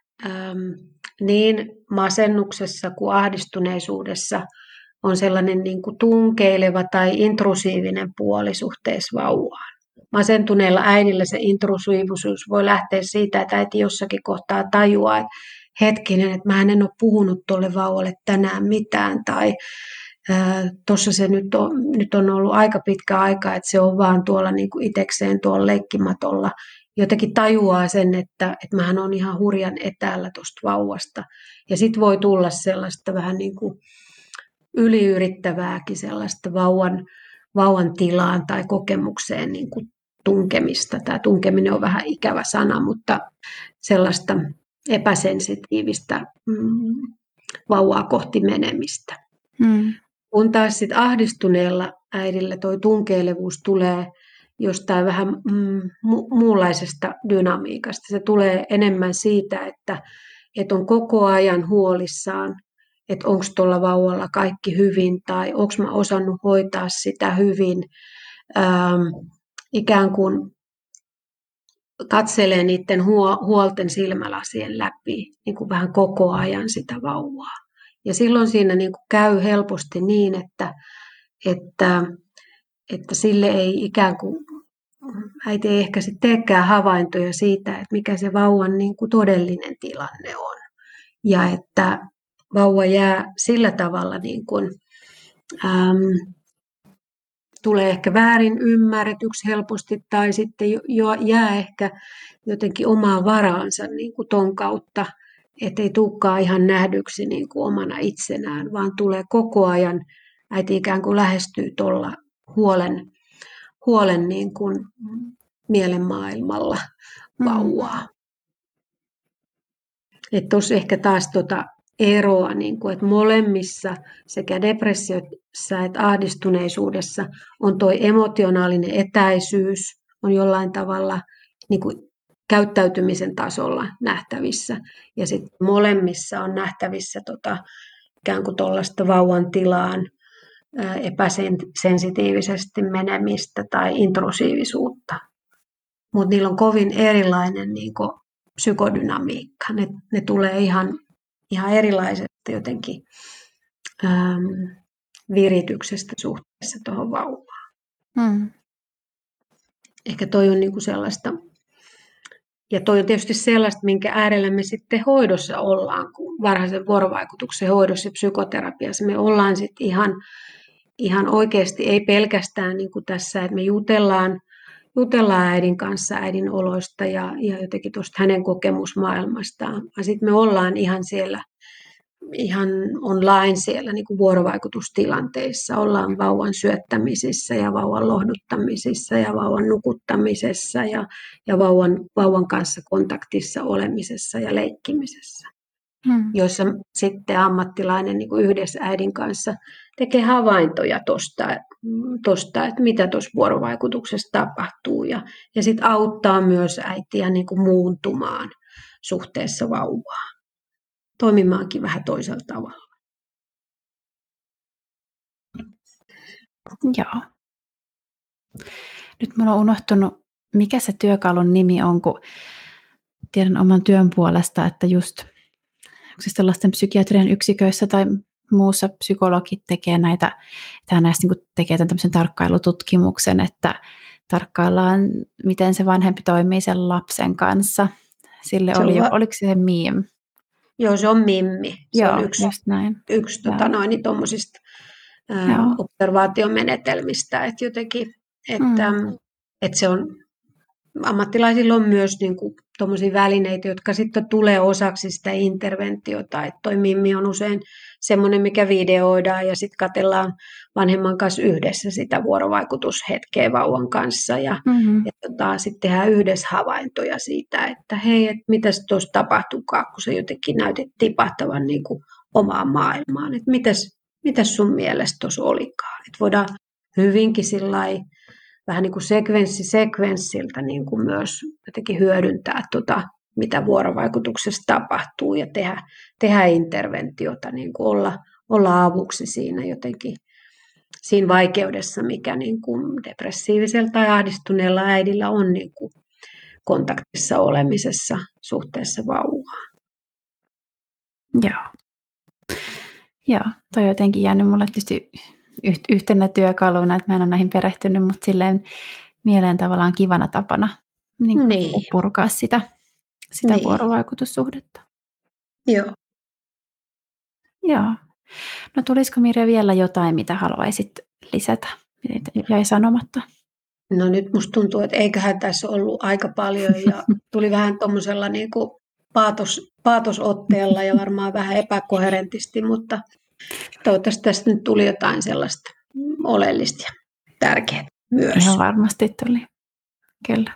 niin masennuksessa kuin ahdistuneisuudessa on sellainen niin kuin tunkeileva tai intrusiivinen puoli suhteessa vauvaan. Masentuneella äidillä se intrusiivisuus voi lähteä siitä, että äiti jossakin kohtaa tajuaa, että hetkinen, että mä en ole puhunut tuolle vauvalle tänään mitään, tai tuossa se nyt on ollut aika pitkä aika, että se on vaan tuolla niin kuin itsekseen tuolla leikkimatolla. Jotenkin tajuaa sen, että mähän on ihan hurjan etäällä tuosta vauvasta. Ja sitten voi tulla sellaista vähän niin kuin yliyrittävääkin sellaista vauvan tilaan tai kokemukseen niin kuin tunkemista. Tämä tunkeminen on vähän ikävä sana, mutta sellaista epäsensitiivistä vauvaa kohti menemistä. Kun taas sit ahdistuneella äidillä tuo tunkeilevuus tulee jostain vähän muunlaisesta dynamiikasta. Se tulee enemmän siitä, että on koko ajan huolissaan, että onko tuolla vauvalla kaikki hyvin tai onko mä osannut hoitaa sitä hyvin. Ikään kuin katselee niiden huolten silmälasien läpi niin kuin vähän koko ajan sitä vauvaa. Ja silloin siinä niin kuin käy helposti niin, että sille ei ikään kuin, äiti ei ehkä sitten teekään havaintoja siitä, että mikä se vauvan niin kuin todellinen tilanne on. Ja että vauva jää sillä tavalla niin kuin, tulee ehkä väärin ymmärretyksi helposti tai sitten jää ehkä jotenkin omaan varaansa niin kuin ton kautta, ei tulekaan ihan nähdyksi niin kuin omana itsenään, vaan tulee koko ajan, äiti ikään kuin lähestyy tuolla huolen niin kuin mielenmaailmalla vauvaa. Että tuossa ehkä taas eroa, niin kuin, että molemmissa sekä depressiossa että ahdistuneisuudessa on tuo emotionaalinen etäisyys on jollain tavalla niin kuin käyttäytymisen tasolla nähtävissä. Ja sitten molemmissa on nähtävissä ikään kuin tuollaista vauvan tilaan epäsensitiivisesti menemistä tai intrusiivisuutta. Mutta niillä on kovin erilainen niin kuin psykodynamiikka. Ne tulee ihan erilaisesta jotenkin virityksestä suhteessa tuohon vauvaan. Ehkä toi on niinku sellaista, ja toi on tietysti sellaista, minkä äärellä me sitten hoidossa ollaan, kun varhaisen vuorovaikutuksen hoidossa ja psykoterapiassa me ollaan sitten ihan oikeasti, ei pelkästään niin kuin tässä, että me jutellaan äidin kanssa äidin oloista ja jotenkin tuosta hänen kokemusmaailmastaan, vaan sitten me ollaan ihan siellä, ihan online siellä niin kuin vuorovaikutustilanteissa. Ollaan vauvan syöttämisissä ja vauvan lohduttamisissa ja vauvan nukuttamisessa ja vauvan kanssa kontaktissa olemisessa ja leikkimisessä. Joissa sitten ammattilainen niin kuin yhdessä äidin kanssa tekee havaintoja tuosta, että mitä tuossa vuorovaikutuksessa tapahtuu ja sitten auttaa myös äitiä niin kuin muuntumaan suhteessa vauvaan, toimimaankin vähän toisella tavalla. Joo. Nyt minulla on unohtunut, mikä se työkalun nimi on, kun tiedän oman työn puolesta, että just siis lasten psykiatrian yksiköissä tai muussa psykologit tekee näistä niin tekee tämmöisen tarkkailututkimuksen, että tarkkaillaan, miten se vanhempi toimii sen lapsen kanssa. Sille oliko se meme? Joo, se on mimmi. Se Joo, on yksi tuommoisista observaatiomenetelmistä, että jotenkin, että se on, ammattilaisilla on myös niin kuin tuommoisia välineitä, jotka sitten tulee osaksi sitä interventiota, että toi mimmi on usein semmoinen, mikä videoidaan ja sitten katsellaan vanhemman kanssa yhdessä sitä vuorovaikutushetkeä vauvan kanssa ja sitten tehdään yhdessä havaintoja siitä, että hei, että mitäs tuossa tapahtuukaan, kun se jotenkin näytit tipahtavan niin kuin omaan maailmaan, että mitäs sun mielestä tuossa olikaan, että voidaan hyvinkin sillai vähän niin kuin sekvenssiltä niin kuin myös jotenkin hyödyntää mitä vuorovaikutuksessa tapahtuu ja tehdä interventiota, niin kuin olla avuksi siinä jotenkin siinä vaikeudessa, mikä niin kuin depressiivisella tai ahdistuneella äidillä on niin kuin kontaktissa olemisessa suhteessa vauvaan. Joo, toi on jotenkin jäänyt mulle tietysti yhtenä työkaluna, että mä en ole näihin perehtynyt, mutta silleen mieleen tavallaan kivana tapana niin. Purkaa sitä vuorovaikutussuhdetta. Joo. No tulisiko Mirja vielä jotain, mitä haluaisit lisätä? Jäi sanomatta. No nyt musta tuntuu, että eiköhän tässä ollut aika paljon ja tuli vähän tuommoisella niin kuin paatosotteella ja varmaan vähän epäkoherentisti, mutta toivottavasti tästä nyt tuli jotain sellaista oleellista ja tärkeää myös. Ihan varmasti tuli, kyllä.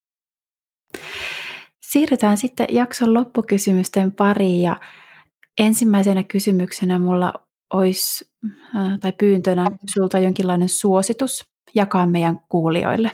Siirrytään sitten jakson loppukysymysten pariin ja ensimmäisenä kysymyksenä mulla olisi, tai pyyntönä sulta jonkinlainen suositus jakaa meidän kuulijoille.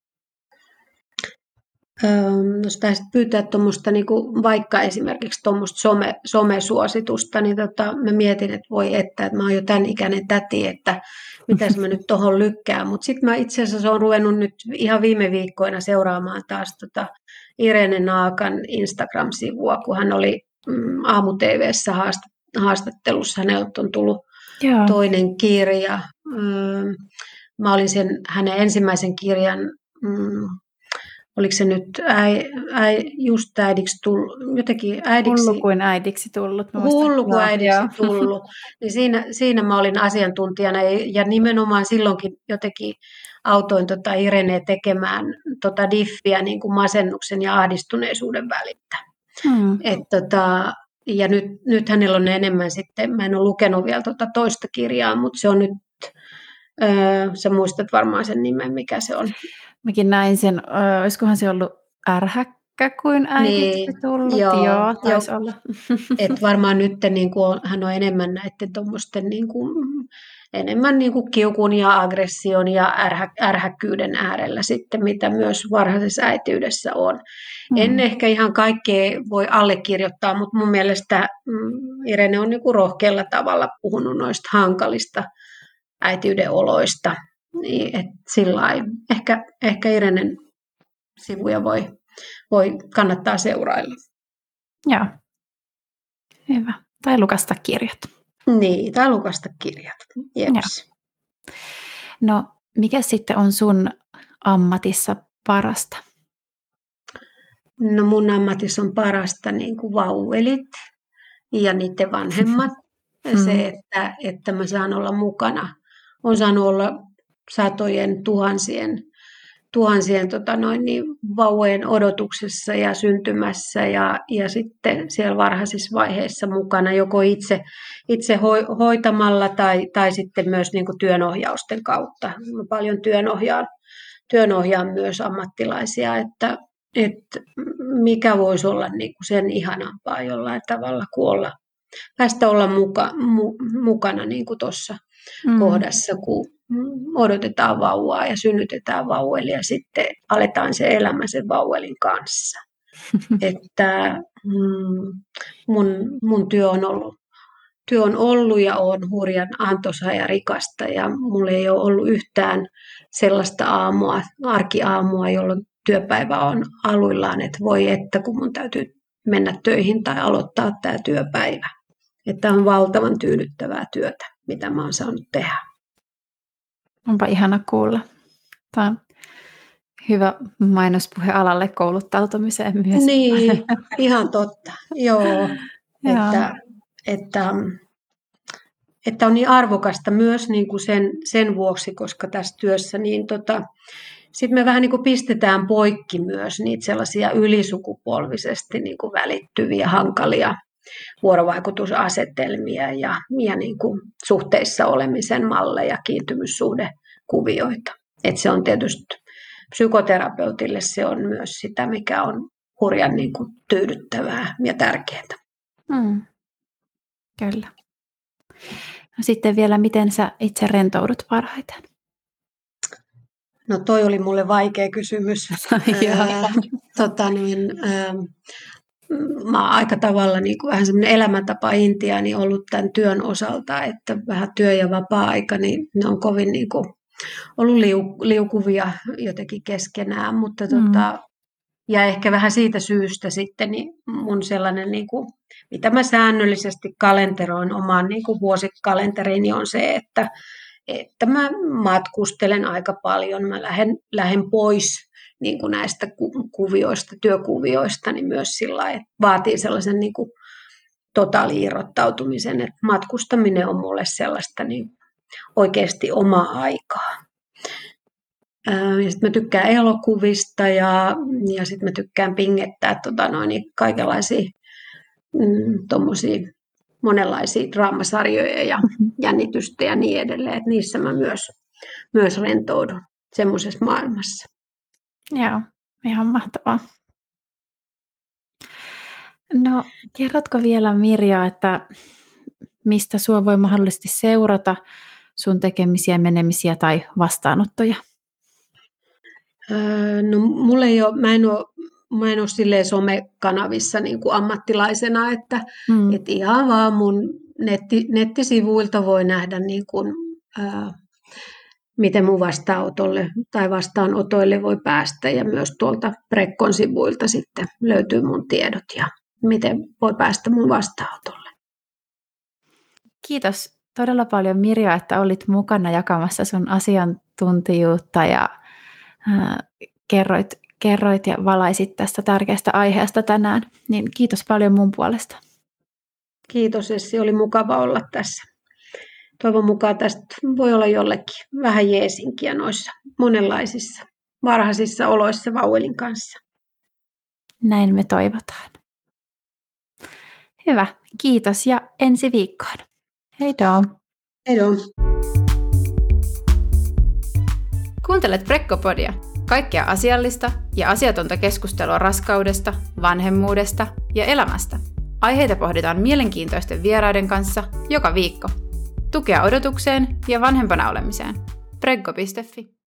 Jos pääsit pyytää tuommoista, niin vaikka esimerkiksi tuommoista somesuositusta, niin mä mietin, että voi että mä oon jo tämän ikäinen täti, että mitäs mä nyt tuohon lykkään. Mutta sitten mä itse asiassa oon ruvennut nyt ihan viime viikkoina seuraamaan taas Irene Naakan Instagram-sivua, kun hän oli aamu-tv:ssä haastattelussa. Häneltä on tullut toinen kirja. Mä olin hänen ensimmäisen kirjan, oliko se nyt just äidiksi tullut, jotenkin äidiksi. Hullu kuin äidiksi tullut. Hullu kuin äidiksi tullut. Niin siinä mä olin asiantuntijana ja nimenomaan silloinkin jotenkin autoin Ireneä tekemään diffiä niin kuin masennuksen ja ahdistuneisuuden välittä. ja nyt hänellä on enemmän sitten, mä en ole lukenut vielä toista kirjaa, mutta se on nyt, sä muistat varmaan sen nimen, mikä se on. Mäkin näin sen, olisikohan se ollut ärhäkkä kuin äidiksi Niin, tullut? Joo, taisi olla. Et varmaan nyt niin kuin, hän on enemmän näiden tuommoisten niin kuin, enemmän niin kuin kiukun ja aggression ja ärhäkkyyden äärellä sitten, mitä myös varhaisessa äitiydessä on. En ehkä ihan kaikkea voi allekirjoittaa, mutta mun mielestä Irene on niin kuin rohkealla tavalla puhunut noista hankalista äitiyden oloista. Niin, et sillain, ehkä Irenen sivuja voi kannattaa seurailla. Joo, hyvä. Tai lukasta kirjat. Niin, tai lukasta kirjat. Jeps. No, mikä sitten on sun ammatissa parasta? No mun ammatissa on parasta niin kuin vauvelit ja niiden vanhemmat. Se, että mä saan olla mukana. Olen saanut olla satojen tuhansien vauvojen odotuksessa ja syntymässä ja sitten siellä varhaisissa vaiheissa mukana joko itse hoitamalla tai sitten myös niin kuin työnohjausten kautta. Mä paljon työnohjaan myös ammattilaisia, että mikä voisi olla niin kuin sen ihanampaa jollain tavalla kuin päästä olla mukana niin kuin tuossa kohdassa, kun odotetaan vauvaa ja synnytetään vauvelin ja sitten aletaan se elämä sen vauvelin kanssa. Että mun työ on ollut ja on hurjan antoisaa ja rikasta ja mulla ei ole ollut yhtään sellaista arkiaamua, jolloin työpäivä on aluillaan, että voi että kun mun täytyy mennä töihin tai aloittaa tämä työpäivä. Että on valtavan tyydyttävää työtä, mitä mä oon saanut tehdä. Onpa ihana kuulla. Tämä on hyvä mainospuhe alalle kouluttautumiseen myös. Niin, ihan totta. Joo. Että on niin arvokasta myös niin kuin sen vuoksi, koska tässä työssä niin sitten me vähän niin kuin pistetään poikki myös niitä sellaisia ylisukupolvisesti niin kuin välittyviä, hankalia vuorovaikutusasetelmia ja niin kuin suhteissa olemisen malleja, kiintymyssuhdekuvioita. Että se on tietysti psykoterapeutille se on myös sitä, mikä on hurjan niin kuin tyydyttävää ja tärkeää. Kyllä. No sitten vielä, miten sä itse rentoudut parhaiten? No toi oli mulle vaikea kysymys. Mä oon aika tavalla niin kuin vähän semmoinen elämäntapa intiaani ollut tämän työn osalta, että vähän työ- ja vapaa-aika, niin ne on kovin niin kuin ollut liukuvia jotenkin keskenään, mutta ja ehkä vähän siitä syystä sitten niin mun sellainen, niin kuin, mitä mä säännöllisesti kalenteroin omaan niin kuin vuosikalenteriini on se, että mä matkustelen aika paljon, mä lähden pois niin kuin näistä työkuvioista, niin myös sillä että vaatii sellaisen niin kuin totaali-irrottautumisen, että matkustaminen on mulle sellaista niin oikeasti omaa aikaa. Ja sitten mä tykkään elokuvista ja sitten mä tykkään pingettää kaikenlaisia monenlaisia draamasarjoja ja jännitystä ja niin edelleen. Et niissä mä myös rentoudun semmoisessa maailmassa. Joo, ihan mahtavaa. No, kerrotko vielä Mirja, että mistä sua voi mahdollisesti seurata sun tekemisiä, menemisiä tai vastaanottoja? No mä en ole silleen somekanavissa niin kuin ammattilaisena, että ihan vaan mun nettisivuilta voi nähdä niin kuin, miten mun vastaanotolle tai vastaanotoille voi päästä ja myös tuolta Prekkon sivuilta sitten löytyy mun tiedot ja miten voi päästä mun vastaanotolle. Kiitos todella paljon Mirja, että olit mukana jakamassa sun asiantuntijuutta ja kerroit ja valaisit tästä tärkeästä aiheesta tänään. Niin kiitos paljon mun puolesta. Kiitos Essi, oli mukava olla tässä. Toivon mukaan tästä voi olla jollekin vähän jeesinkiä noissa monenlaisissa varhaisissa oloissa vauvelin kanssa. Näin me toivotaan. Hyvä, kiitos ja ensi viikkoon. Heidoo. Heidoo. Kuuntelet Prekkopodia. Kaikkea asiallista ja asiatonta keskustelua raskaudesta, vanhemmuudesta ja elämästä. Aiheita pohditaan mielenkiintoisten vieraiden kanssa joka viikko. Tukea odotukseen ja vanhempana olemiseen. Prekko.fi